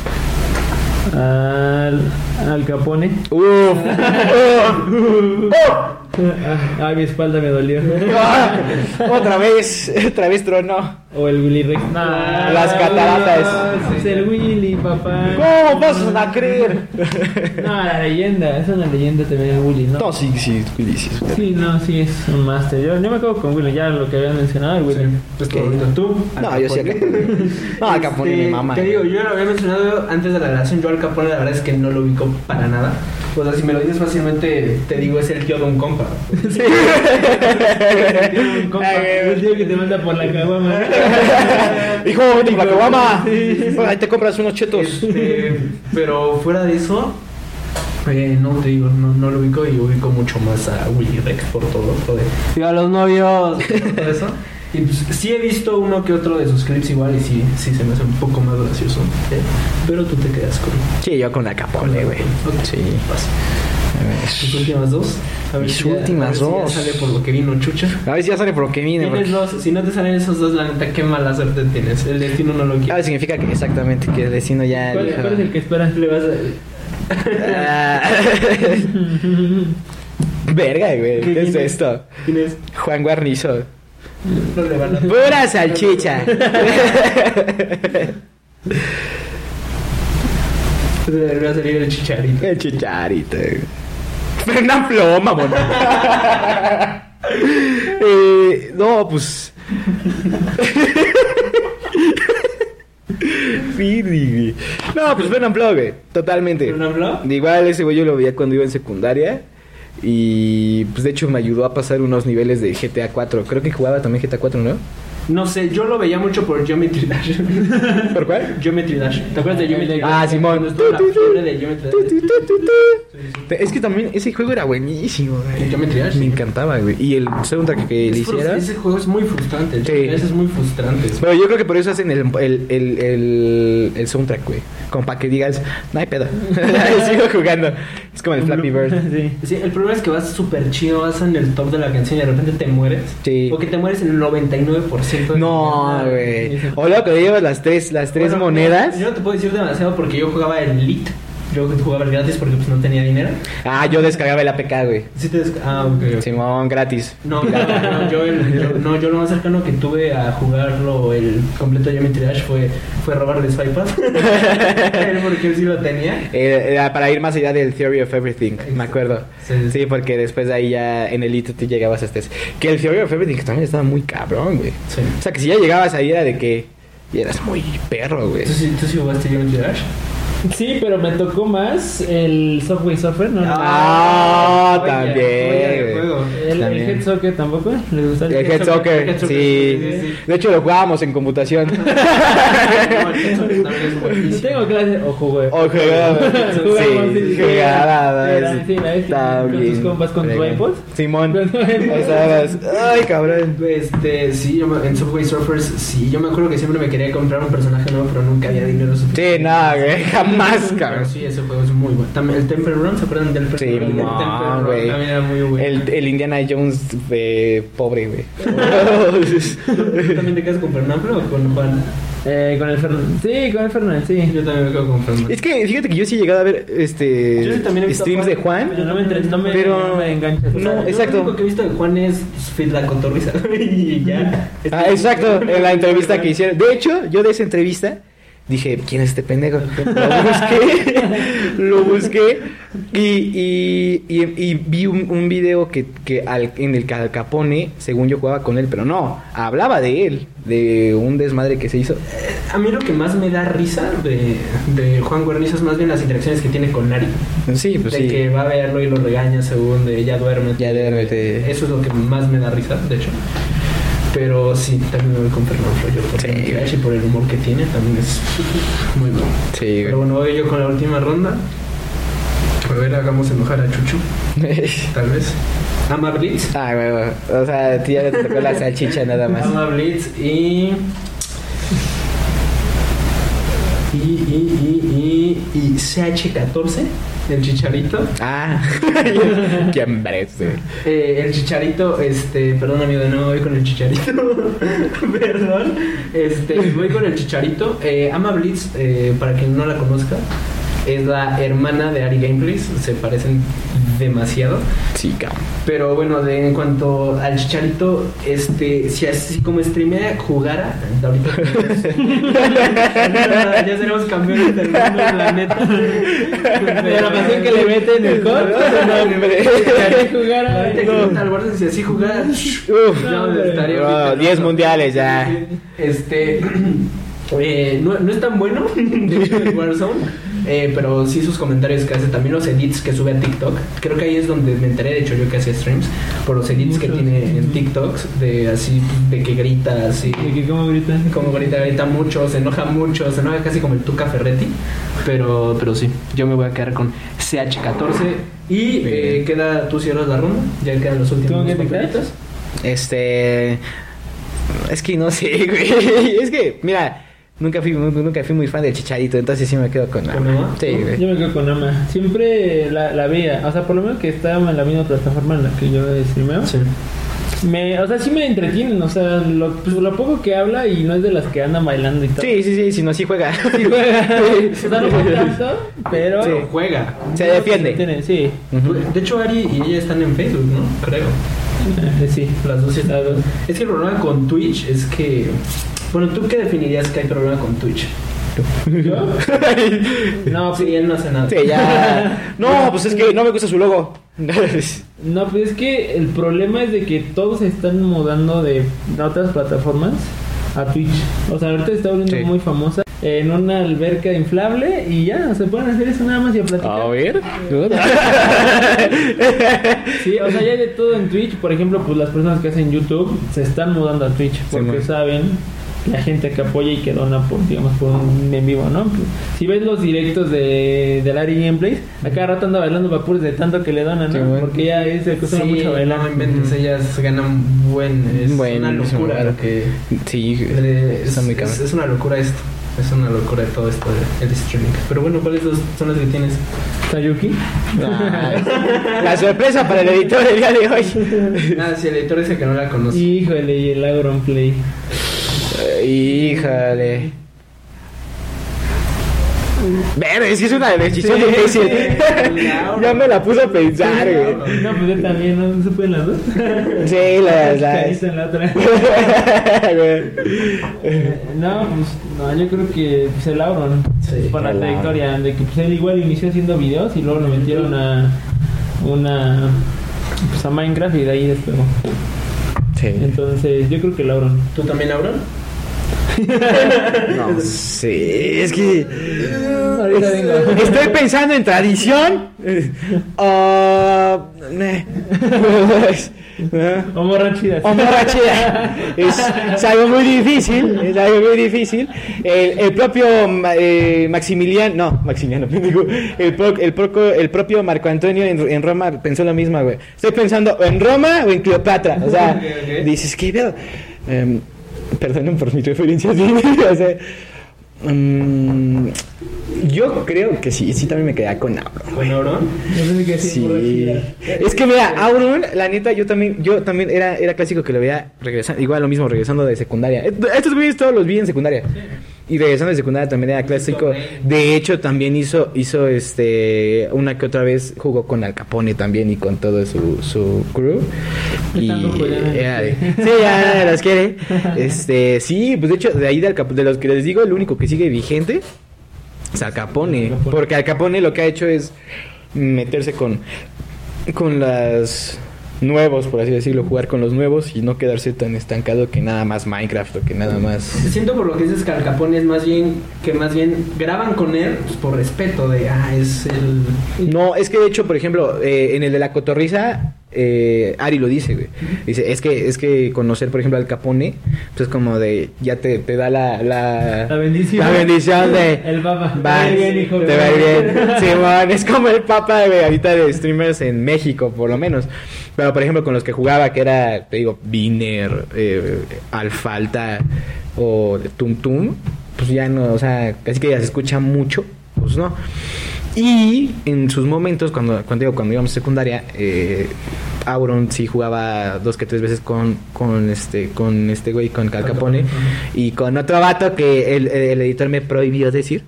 S3: Al Capone. Ay, mi espalda me dolió.
S2: Otra vez tronó.
S3: O el Willy Rex. No,
S2: Las cataratas.
S3: Es el Willy, papá.
S2: ¿Cómo vas a creer?
S3: No, la leyenda. Es una leyenda también el Willy, ¿no?
S2: No, sí, Willy, sí.
S3: Sí, no, sí, es un máster. Yo me quedo con Willy, ya lo que habían mencionado, el Willy.
S1: Es tu favorito. ¿Tú?
S2: No, yo sí Al Capone. No, Al Capone mi mamá.
S1: Te digo, yo lo había mencionado antes de la relación. Yo Al Capone la verdad es que no lo ubico para nada. O sea, si me lo dices fácilmente, te digo, es el tío de un compa.
S2: Sí.
S1: Un compa.
S3: El tío que te manda por la caguama.
S2: Hijo, vete por la caguama. Ahí te compras unos chetos.
S1: Pero fuera de eso, no te digo, no lo ubico y ubico mucho más a Willy Rex por todo. Digo, a los novios, todo eso. Y pues sí he visto uno que otro de sus clips igual y sí se me hace un poco más gracioso. Pero tú te quedas con...
S2: Sí, yo con Al Capone, güey. Sí.
S1: Vas. Tus últimas dos. A ver
S2: Mis
S1: si ya-
S2: últimas
S1: a ver si ya
S2: dos.
S1: sale por lo que vino Chucha.
S2: A ver si ya sale por lo que viene.
S1: Tienes dos. Si no te salen esos dos, la neta, qué mala suerte tienes. El destino no lo
S2: A
S1: quiere.
S2: ver, significa que exactamente que el vecino ya
S3: ¿Cuál
S2: dijo...
S3: es el que esperas?
S1: Le vas a...
S2: Ah. Verga, güey. ¿Qué es esto?
S1: ¿Quién es?
S2: Juan Guarnizo.
S1: No le van a...
S2: Pura salchicha.
S1: Le va a salir el Chicharito.
S2: El Chicharito. Fernán Ploma, mono. No, pues. Sí, güey. No, pues Fernán Ploma, güey. Totalmente.
S1: ¿Fernán Ploma?
S2: Igual ese güey yo lo veía cuando iba en secundaria. Y pues de hecho me ayudó a pasar unos niveles de GTA 4. Creo que jugaba también GTA 4, ¿no?
S1: No sé, yo lo veía mucho por Geometry Dash.
S2: ¿Por cuál?
S1: Geometry Dash. ¿Te acuerdas de Geometry Dash?
S2: Ah, Simón.
S1: Cuando estuvo la fiebre de Geometry Dash.
S2: Es que también ese juego era buenísimo, güey.
S1: ¿El Geometry Dash?
S2: Me encantaba, güey. Y el soundtrack que le hiciera.
S1: Ese juego es muy frustrante. El
S2: Sí.
S1: Geometry Dash es muy frustrante.
S2: Pero yo creo que por eso hacen el soundtrack, güey. Como para que digas, no hay pedo. Ahí sigo jugando. Es como el Flappy Bird.
S3: Sí.
S1: Sí, el problema es que vas súper chido, vas en el top de la canción y de repente te mueres.
S2: Sí.
S1: O que te mueres en el 99% de
S2: No,
S1: la-
S2: güey. O luego que llevas las tres
S1: Bueno,
S2: monedas.
S1: Yo no te puedo decir demasiado porque yo jugaba el Elite. Yo jugaba el gratis porque pues no tenía dinero.
S2: Ah, yo descargaba el APK, güey.
S1: Sí te ok.
S2: Simón, gratis.
S1: No, yo lo más cercano que tuve a jugarlo el completo de Geometry Dash fue robarle su iPad. Porque él sí lo tenía.
S2: Era para ir más allá del Theory of Everything, me acuerdo.
S1: Sí.
S2: Sí, porque después de ahí ya en Elite tú llegabas hasta ese. Que el Theory of Everything también estaba muy cabrón, güey.
S1: Sí.
S2: O sea, que si ya llegabas ahí era de que y eras muy perro, güey.
S1: ¿Tú sí jugaste Geometry Dash?
S3: Sí, pero me tocó más el Subway Surfer, ¿no?
S2: Ah,
S1: Joya,
S2: también,
S1: joya de
S2: güey.
S1: juego.
S3: El
S2: También.
S3: Head Soccer tampoco. ¿Les gusta
S2: El Head Soccer,
S1: Head Soccer,
S2: sí.
S1: sí.
S2: De hecho lo jugábamos en computación.
S1: No, el Head Soccer también es buenísimo.
S3: Tengo clase. Ojo, güey.
S2: O jugaba.
S3: Jugamos,
S2: Sí,
S3: sí,
S2: jugaba.
S3: sí, la vez que con tus compas con tu iPod.
S2: Simón.
S3: Con tu iPod.
S2: Estabas. Ay, cabrón.
S1: Sí, en Subway Surfers, sí, yo me acuerdo que siempre me quería comprar un personaje nuevo, pero nunca había dinero suficiente.
S2: Sí, nada, güey. Jamás,
S1: Pero
S2: cabrón.
S1: sí, ese juego es muy bueno. También el Temple Run, ¿se acuerdan del Temple
S2: Sí,
S1: Run? El Temple
S2: no,
S1: Run
S2: güey.
S1: también era muy bueno.
S2: El Indiana Jones pobre, güey.
S1: ¿Tú también te quedas con Fernando o con Juan?
S3: Con el Fernández. Sí, con el Fernández, sí.
S1: Yo también me quedo con Fernando.
S2: Es que fíjate que yo sí he llegado a ver
S1: Yo sí también he visto
S2: streams
S1: a
S2: de
S1: Juan,
S2: Juan.
S3: Pero no me engancha.
S2: No,
S1: Yo
S2: exacto.
S1: Lo único que he visto de Juan es Fit la cotorriza y ya.
S2: Ah, exacto, en la entrevista que hicieron. De hecho, yo de esa entrevista dije, ¿quién es este pendejo? Lo busqué y vi un video en el que Al Capone, según yo jugaba con él, pero no, hablaba de él, de un desmadre que se hizo.
S1: A mí lo que más me da risa de Juan Guarnizo es más bien las interacciones que tiene con Nari.
S2: Sí, pues
S1: De
S2: sí.
S1: que va a verlo y lo regaña según de ya duerme.
S2: Ya duérmete.
S1: Eso es lo que más me da risa, de hecho. Pero sí, también me voy con Fernando Floyo por
S2: Sí,
S1: Geometry
S2: güey.
S1: Dash y por el humor que tiene, también es muy bueno.
S2: Sí,
S1: Pero bueno, voy yo con la última ronda. A ver, hagamos enojar a Chuchu, tal vez. Ama Blitz.
S2: Ah, güey, o sea, a ti ya te tocó la salchicha nada más.
S1: Ama Blitz y CH14, el Chicharito.
S2: Ah, qué hambre, güey.
S1: El Chicharito, perdón amigo, de nuevo voy con el Chicharito. Perdón. Voy con el Chicharito. Ama Blitz, para quien no la conozca, es la hermana de Ari Gameplays. Se parecen demasiado.
S2: Sí, cabrón.
S1: Pero bueno, en cuanto al Chicharito, si así como streamea, jugara, ahorita ya seremos campeones del mundo, la neta.
S3: De la pasión que le mete en el corto, si jugara.
S1: Si así jugara,
S2: estaría 10 mundiales ya.
S1: No es tan bueno el Warzone, pero sí sus comentarios que hace, también los edits que sube a TikTok. Creo que ahí es donde me enteré, de hecho, yo que hacía streams por los edits que tiene en TikToks, de así, de que grita así.
S3: ¿De que cómo grita?
S1: Como grita mucho, se enoja casi como el Tuca Ferretti. Pero sí, yo me voy a quedar con CH14. Y queda, tú cierras la ronda, ya quedan los últimos papelitos.
S2: Es que no sé, güey. Es que, mira, nunca fui muy fan del Chicharito, entonces sí me quedo con Ama. Sí, güey.
S3: Yo me quedo con Ama. Siempre la veía, o sea, por lo menos que estaba en la misma plataforma en la que yo streameo. Sí. O sea, sí me entretienen, o sea, lo poco que habla y no es de las que andan bailando y todo.
S2: Sí, si no, sí juega.
S3: Sí juega. O sea, no juega tanto, pero...
S1: Sí, juega.
S2: Se defiende.
S3: Sí.
S1: De hecho, Ari y ella están en Facebook, ¿no? Creo.
S3: Sí,
S1: las dos. Es que el problema con Twitch es que... Bueno, ¿tú qué definirías que hay problema con Twitch?
S3: ¿Yo? No,
S1: sí, él no hace nada.
S2: Sí, ya. No, pues es que no me gusta su logo.
S3: No, pues es que el problema es de que todos se están mudando de otras plataformas a Twitch. O sea, ahorita se está volviendo muy famosa en una alberca inflable y ya, se pueden hacer eso nada más y a platicar.
S2: A ver.
S3: Sí, o sea, ya hay de todo en Twitch. Por ejemplo, pues las personas que hacen YouTube se están mudando a Twitch porque saben la gente que apoya y que dona por un en vivo, ¿no? Si ves los directos de Larry Gameplays, a cada rato anda bailando vapores de tanto que le donan, ¿no? Sí, bueno. Porque ya se acostumbra mucho a bailar. No
S1: inventes, ellas ganan es una locura lo que...
S2: Sí,
S1: es una locura esto. Es una locura todo esto del streaming. Pero bueno, ¿cuáles son las que tienes?
S3: ¿Sayuki?
S2: La sorpresa para el editor el día de hoy.
S1: Si el editor dice que no la conoce.
S3: Híjole, y el Auronplay.
S2: Híjole. Ver, es que es una decisión difícil. Ya me la puse a pensar, güey.
S3: No, pues yo también, ¿no se pueden las dos?
S2: Sí, las
S3: en la otra. No, pues no, yo creo que pues el Auron, por la trayectoria, de que pues él igual inició haciendo videos y luego lo metieron a a Minecraft y de ahí despegó. Sí. Entonces, yo creo que el Auron.
S1: ¿Tú también, Auron?
S2: No sé, es que estoy pensando en tradición
S3: o borrachida.
S2: Es algo muy difícil. El propio Maximiliano, el propio Marco Antonio en Roma pensó lo mismo, güey. Estoy pensando en Roma o en Cleopatra, o sea, dices, ¿qué pedo? Perdonen por mis referencias, o sea, yo creo que sí también me quedé con Auron.
S1: ¿Con Auron?
S3: Yo pensé que sí.
S2: Es que mira, Auron, la neta, yo también era clásico que lo veía regresando, igual lo mismo, regresando de secundaria. Estos güeyes todos los vi en secundaria. Y regresando de secundaria también era clásico. De hecho, también hizo una que otra vez jugó con Al Capone también y con todo su crew. Y ya las quiere. Sí, pues de hecho, de ahí de los que les digo, el único que sigue vigente es Al Capone. Porque Al Capone lo que ha hecho es meterse con las nuevos, por así decirlo, jugar con los nuevos y no quedarse tan estancado que nada más Minecraft o que nada más...
S1: Siento por lo que dices que Al Capone es más bien graban con él pues, por respeto de es el...
S2: No, es que de hecho, por ejemplo, en el de la cotorriza, Ari lo dice, güey. Dice, es que conocer, por ejemplo, Al Capone, pues es como de, ya te da la
S3: bendición.
S2: La bendición de...
S3: El papa.
S2: Te va bien, hijo. Te va bien. Simón, es como el papa de ahorita de streamers en México, por lo menos. Pero, por ejemplo, con los que jugaba, que era, te digo, Viner, Alfalta o Tum Tum, pues ya no, o sea, casi que ya se escucha mucho, pues no. Y en sus momentos, cuando íbamos a secundaria, Auron sí jugaba 2 que 3 veces con este güey, con Al Capone, y con otro vato que el editor me prohibió decir.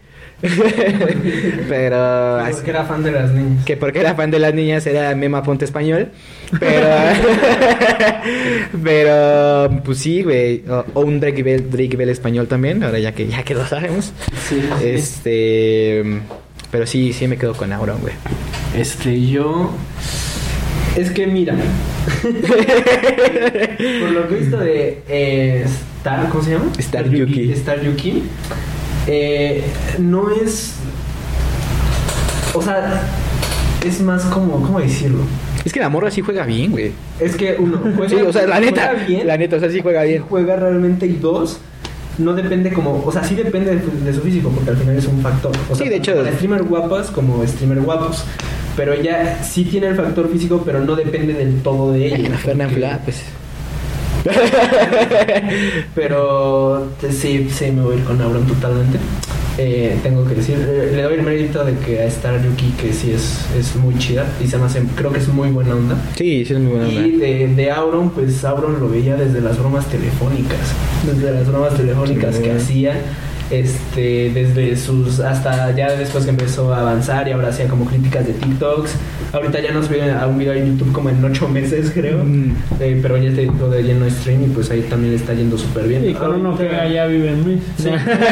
S2: Pero
S1: porque era fan de las niñas.
S2: Que porque era fan de las niñas era Mema Ponte Español. Pero pero pues sí, güey. O un Drake Bell español también. Ahora ya que lo sabemos.
S1: Sí.
S2: Pero sí me quedo con Auron, güey.
S1: Yo... Es que mira, por lo que he visto de ¿cómo se llama?
S2: Star Yuki.
S1: No es... O sea, es más como... ¿Cómo decirlo?
S2: Es que la morra sí juega bien, güey.
S1: Es que uno juega,
S2: sí, o sea, la neta, o sea, sí juega bien.
S1: Juega realmente, y 2, no depende como... O sea, sí depende de su físico, porque al final es un factor. O sea,
S2: sí, de hecho...
S1: Para streamer guapas como streamer guapos. Pero ella sí tiene el factor físico, pero no depende del todo de ella.
S2: Fernanda, pues...
S1: Pero sí, me voy a ir con Auron totalmente. Tengo que decir, le doy el mérito de que a Star Yuki, que sí es muy chida y se me hace, creo que es muy buena onda.
S2: Sí es muy buena onda.
S1: Y de Auron, pues Auron lo veía desde las bromas telefónicas. Que hacía. Desde sus hasta ya después que empezó a avanzar y ahora hacía como críticas de TikToks. Ahorita ya nos vio a un video en YouTube como en 8 meses, creo. Pero ya te dijo de lleno stream y pues ahí también está yendo súper bien.
S3: Y con uno que allá vive en mí.
S1: Sí.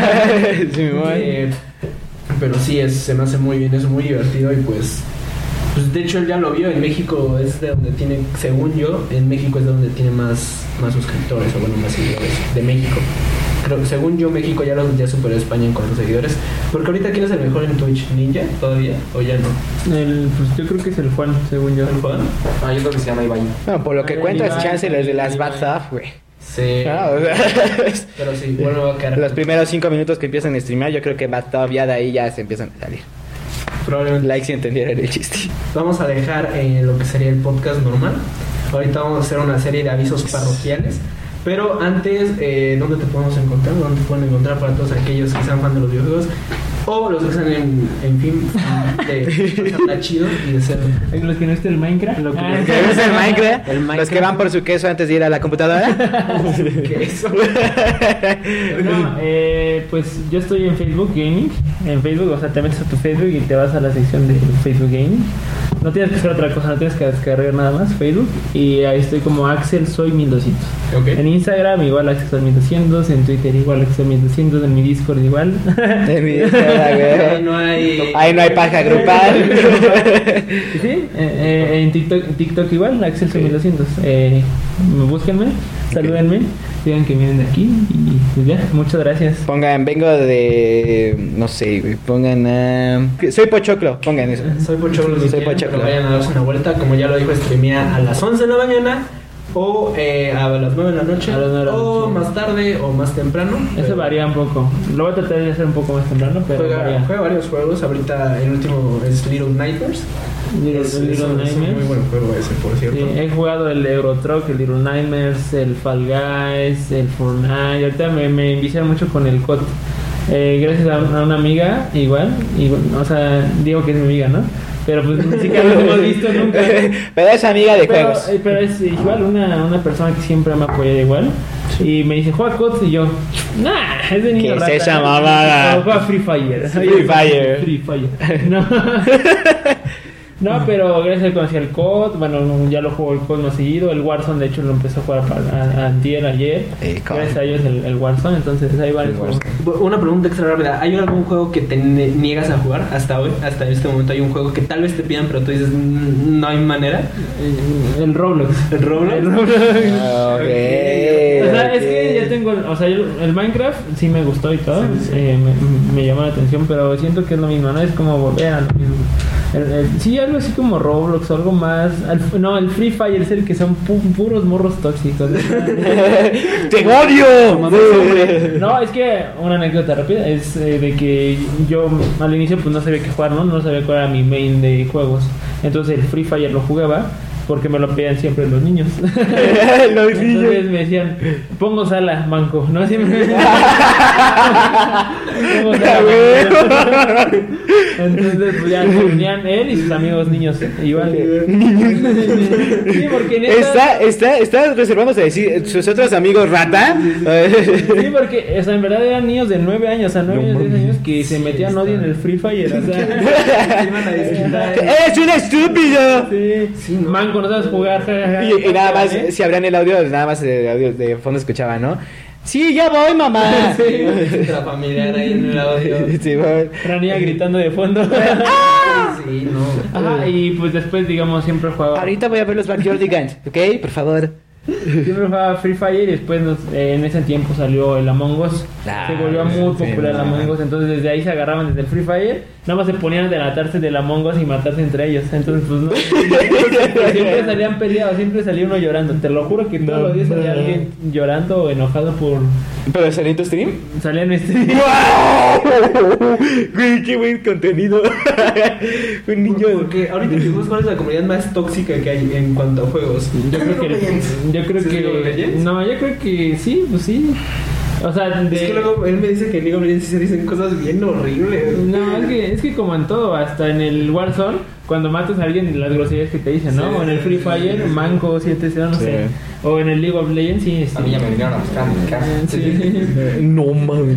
S1: Pero sí, se me hace muy bien, es muy divertido y pues de hecho él ya lo vio. En México es de donde tiene, según yo, en México es de donde tiene más suscriptores, o bueno, más seguidores de México. Creo que según yo México ya superó a España en cuanto a seguidores. Porque ahorita ¿quién es el mejor en Twitch? ¿Ninja todavía? ¿O ya no?
S3: Pues yo creo que es el Juan, según yo.
S1: ¿El Juan?
S5: Yo creo que se llama Ibai.
S2: Bueno, por lo que cuentas, chance los de las Bad Stuff, güey.
S1: Sí. Pero sí, bueno, va a quedar.
S2: Los primeros 5 minutos que empiezan a streamear, yo creo que Bad Stuff ya de ahí ya se empiezan a salir.
S1: Probablemente.
S2: Like si entendieran el chiste.
S1: Vamos a dejar lo que sería el podcast normal. Ahorita vamos a hacer una serie de avisos parroquiales. Pero antes, ¿dónde te podemos encontrar? ¿Dónde te pueden encontrar para todos aquellos que sean fan de los videojuegos? O los que están en fin, de pasarla chido y de ser...
S3: Los que no estén en Minecraft.
S2: Los que gusta el Minecraft. Los que van por su queso antes de ir a la computadora.
S1: ¿Qué es eso?
S3: No, pues yo estoy en Facebook Gaming. En Facebook, o sea, te metes a tu Facebook y te vas a la sección de Facebook Gaming. No tienes que hacer otra cosa, no tienes que descargar nada más Facebook. Y ahí estoy como Axel Soy 1200.
S1: Okay.
S3: En Instagram igual Axel Soy 1200. En Twitter igual Axel 1200. En mi Discord igual.
S2: En mi Discord, güey. Ahí no hay paja grupal.
S3: Sí, en TikTok igual Axel Soy 1200. Búsquenme, salúdenme, digan que vienen de aquí y pues ya, muchas gracias.
S2: Pongan, vengo de, no sé, pongan soy Pochoclo, pongan eso.
S1: Soy Pochoclo,
S2: soy Pochoclo.
S1: Vayan a darse una vuelta, como ya lo dijo, streamea a las 11 de la mañana o a las 9 de la noche, o más tarde o más temprano.
S3: Eso varía un poco. Lo voy a tratar de hacer un poco más temprano, pero
S1: juega varios juegos. Ahorita el último es Little Nightmares. Es un muy buen juego ese, por cierto.
S3: Sí, he jugado el Euro Truck, el Little Nightmares, el Fall Guys, el Fortnite. Ahorita me envician mucho con el COD. Gracias a una amiga, igual, o sea, digo que es mi amiga, ¿no? Pero pues ni siquiera lo hemos visto nunca.
S2: Pero es amiga de juegos.
S3: Pero es igual una persona que siempre me apoya igual. Y me dice, juega COD, y yo, nah, es de niño rata.
S2: ¿Qué es esa mamada?
S3: Juega Free Fire. Free Fire. No. No, pero gracias a conocí el COD, bueno, ya lo juego el COD más seguido, el Warzone de hecho lo empecé a jugar ayer, gracias a ellos el Warzone, entonces hay varios juegos.
S1: Una pregunta extra rápida, ¿hay algún juego que te niegas a jugar hasta hoy? Hasta este momento hay un juego que tal vez te pidan, pero tú dices, no hay manera.
S3: El Roblox.
S1: ¿El Roblox?
S2: Okay.
S3: O sea, es que ya tengo, o sea, el Minecraft sí me gustó y todo, sí. Me llamó la atención, pero siento que es lo mismo, ¿no? Es como volver a lo mismo. Sí, algo así como Roblox o algo más. El Free Fire es el que son puros morros tóxicos.
S2: ¡Te odio!
S3: No, es que una anécdota rápida es de que yo al inicio pues no sabía qué jugar, ¿no? No sabía cuál era mi main de juegos. Entonces el Free Fire lo jugaba porque me lo pedían siempre los niños.
S2: Los niños.
S3: Entonces me decían, pongo sala, manco, ¿no? Siempre pongo sala, manco. Entonces pues ya se unían él y sus amigos niños. Igual. Sí, porque en
S2: ¿Está reservándose a decir sus otros amigos rata?
S3: Sí, porque o sea, en verdad eran niños de 9 años, o sea, 9 años, 10 años que se metían odio en el Free Fire. O sea,
S1: Iban a disfrutar.
S2: ¡Eres un estúpido!
S3: Sí, no. Manco, no sabes jugar.
S2: Y nada más, si abrían el audio, nada más el audio de fondo escuchaba, ¿no? Sí, ya voy, mamá.
S3: Sí.
S1: Intrafamiliar ahí en el audio.
S2: Sí, voy.
S3: La niña gritando de fondo.
S1: Sí, no.
S3: Ajá, y pues después, digamos, siempre jugaba.
S2: Ahorita voy a ver los Backyardigans, ¿ok? Por favor.
S3: Siempre jugaba Free Fire y después en ese tiempo salió el Among Us. Se volvió muy popular el Among Us. Entonces desde ahí se agarraban desde el Free Fire. Nada más se ponían a delatarse del Among Us y matarse entre ellos. Entonces pues no. Siempre salían peleados, siempre salía uno llorando. Te lo juro que todos los días salía alguien llorando o enojado por...
S2: ¿Pero salió en tu stream?
S3: Salía en este...
S2: Güey, qué buen contenido. Un niño...
S1: Porque ahorita que busco cuál es la comunidad más tóxica que hay en cuanto a juegos.
S3: Yo creo
S1: ¿Sí, League of
S3: que...
S1: Legends?
S3: No, yo creo que sí, pues sí. O sea,
S1: Es que luego él me dice que en League of Legends sí se dicen cosas bien horribles.
S3: No, es que como en todo, hasta en el Warzone, cuando matas a alguien, las groserías que te dicen, ¿no?
S1: Sí,
S3: O en el Free Fire, manco, 7-0, no sé. O en el League of Legends, sí.
S5: A mí ya me vinieron a buscar en mi casa.
S3: Sí.
S2: No mames.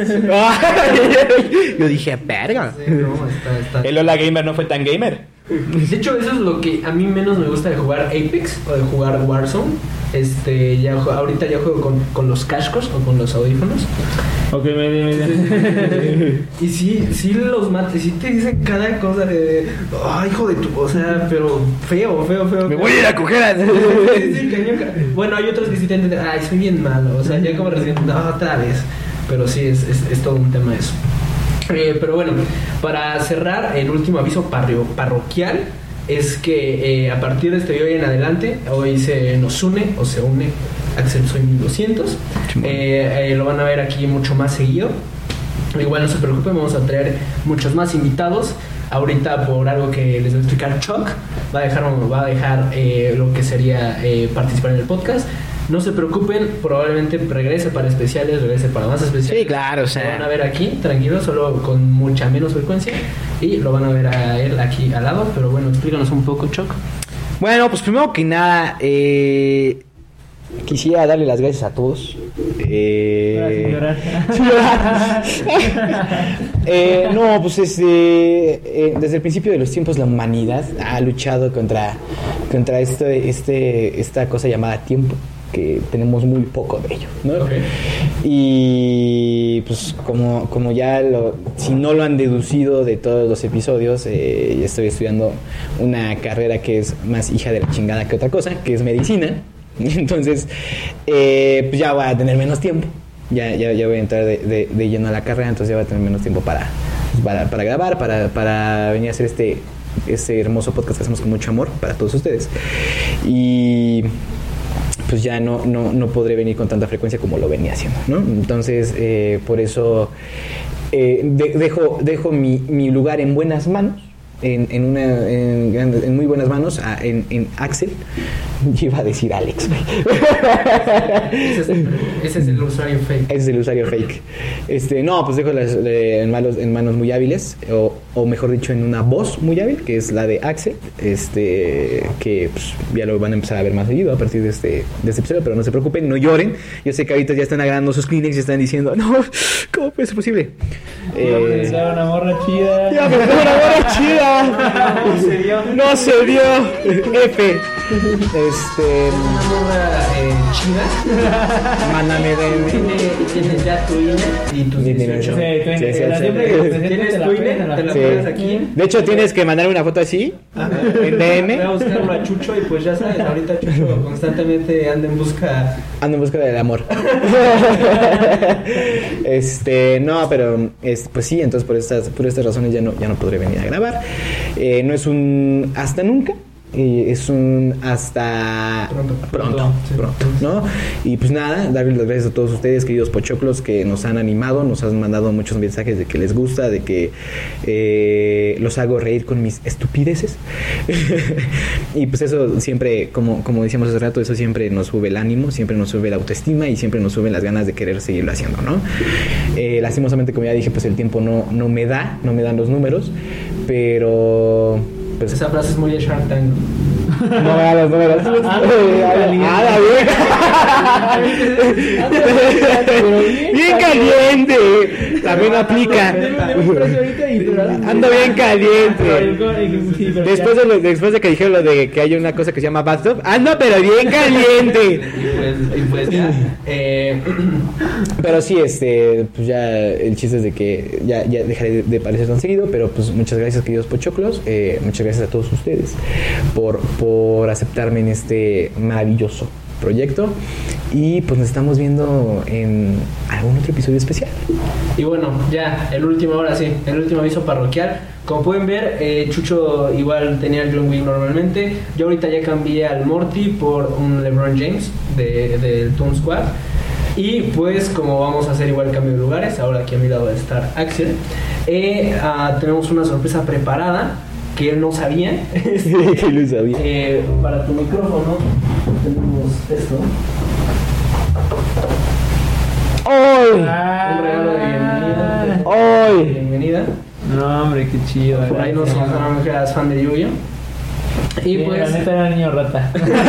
S2: Yo dije, verga.
S1: Sí, no, está.
S2: El Hola Gamer no fue tan gamer.
S1: De hecho, eso es lo que a mí menos me gusta de jugar Apex o de jugar Warzone. Ahorita ya juego con los cascos o con los audífonos.
S3: Ok, me
S1: Y sí los mates, sí te dicen cada cosa de ay, hijo de tu, o sea, pero feo.
S2: Me voy a ir a coger a...
S1: Sí, cañón. Bueno, hay otros que sí te entienden, ay, soy bien malo, o sea, ya como recién, no, otra vez. Pero sí, es todo un tema eso. Pero bueno, para cerrar, el último aviso parroquial es que a partir de este hoy en adelante, hoy se une Axel Soy 1200. Lo van a ver aquí mucho más seguido. Igual no se preocupen, vamos a traer muchos más invitados. Ahorita por algo que les voy a explicar, Chuck va a dejar lo que sería participar en el podcast. No se preocupen, probablemente regrese para especiales, regrese para más especiales.
S2: Sí, claro, o sea.
S1: Lo van a ver aquí, tranquilo, solo con mucha menos frecuencia. Y lo van a ver a él aquí al lado. Pero bueno, explícanos un poco, Chuck.
S2: Bueno, pues primero que nada, quisiera darle las gracias a todos. No, pues desde el principio de los tiempos la humanidad ha luchado contra esta cosa llamada tiempo, que tenemos muy poco de ello, ¿no?
S1: Okay.
S2: Y pues como ya si no lo han deducido de todos los episodios, ya estoy estudiando una carrera que es más hija de la chingada que otra cosa, que es medicina. Entonces pues ya voy a tener menos tiempo, ya voy a entrar de lleno a la carrera, entonces ya voy a tener menos tiempo para grabar, para venir a hacer este hermoso podcast que hacemos con mucho amor para todos ustedes. Y pues ya no podré venir con tanta frecuencia como lo venía haciendo, ¿no? Entonces por eso dejo mi lugar en buenas manos, en muy buenas manos, en Axel. Yo iba a decir Alex, güey.
S1: Ese es el usuario fake.
S2: Ese es el usuario fake. No, pues dejo en manos muy hábiles, o mejor dicho, en una voz muy hábil, que es la de Axel, que pues, ya lo van a empezar a ver más seguido a partir de este episodio, pero no se preocupen, no lloren. Yo sé que ahorita ya están agarrando sus Kleenex y están diciendo, no, ¿cómo puede ser posible?
S3: Ya una morra chida.
S2: Ya me dio una morra chida. No se dio. F.
S1: Una morra chida.
S2: Mándame de...
S1: Tienes ya tu INE y tus 18.
S2: Sí,
S1: ¿Tienes tu INE? Te la pones aquí.
S2: De hecho, tienes que mandar una foto así, en DM.
S1: Voy a buscarlo a Chucho y pues ya sabes, ahorita Chucho constantemente anda en busca
S2: del amor. No, pero pues sí, entonces por estas razones ya no podré venir a grabar. No es un hasta nunca, es un hasta pronto, ¿no? Y pues nada, darles las gracias a todos ustedes, queridos pochoclos, que nos han animado, nos han mandado muchos mensajes de que les gusta, de que los hago reír con mis estupideces. Y pues eso siempre, como decíamos hace rato, eso siempre nos sube el ánimo, siempre nos sube la autoestima y siempre nos sube las ganas de querer seguirlo haciendo, ¿no? Lastimosamente, como ya dije, pues el tiempo no me dan los números, pero pues
S1: esa frase es muy de Shark Tank.
S2: No me dan los números. Bien caliente. También aplica. Ando bien caliente. Después de que dijeron lo de que hay una cosa que se llama bathtub, ando pero bien caliente.
S1: Y pues ya.
S2: Pero sí, pues ya el chiste es de que ya dejaré de aparecer tan seguido, pero pues muchas gracias, queridos pochoclos. Muchas gracias a todos ustedes por aceptarme en este maravilloso proyecto, y pues nos estamos viendo en algún otro episodio especial.
S1: Y bueno, ya el último aviso parroquial. Como pueden ver, Chucho igual tenía el John Wick normalmente. Yo ahorita ya cambié al Morty por un LeBron James del Toon Squad. Y pues como vamos a hacer igual cambio de lugares, ahora aquí a mi lado va a estar Axel, tenemos una sorpresa preparada que él no sabía.
S2: Que lo sabía.
S1: Para tu micrófono tenemos esto.
S2: ¡Hoy!
S1: Un regalo de bienvenida.
S2: ¡Hoy!
S1: Bienvenida.
S3: No, hombre, qué chido.
S1: Por ahí nos contaron que eras fan de Yu-Gi-Oh! Y pues
S3: la neta era niño rata.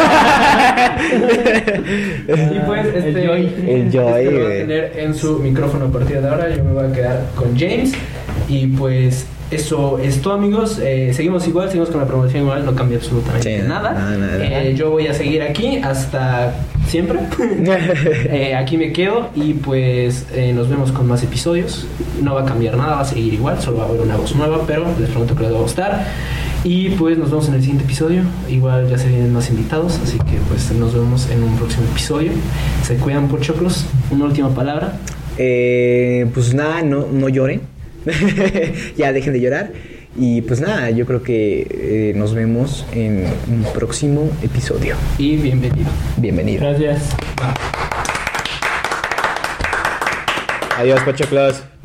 S1: y pues
S2: el Joy,
S1: lo va a tener en su micrófono a partir de ahora. Yo me voy a quedar con James. Y pues eso es todo, amigos. Seguimos con la promoción igual, no cambia absolutamente nada. Yo voy a seguir aquí hasta siempre. Aquí me quedo y pues nos vemos con más episodios. No va a cambiar nada, va a seguir igual, solo va a haber una voz nueva, pero les prometo que les va a gustar. Y pues nos vemos en el siguiente episodio. Igual ya se vienen más invitados, así que pues nos vemos en un próximo episodio. Se cuidan, pochoclos. Una última palabra.
S2: Pues nada, no lloren. Ya dejen de llorar. Y pues nada, yo creo que nos vemos en un próximo episodio.
S1: Y bienvenido.
S3: Gracias.
S2: Adiós, pochoclos.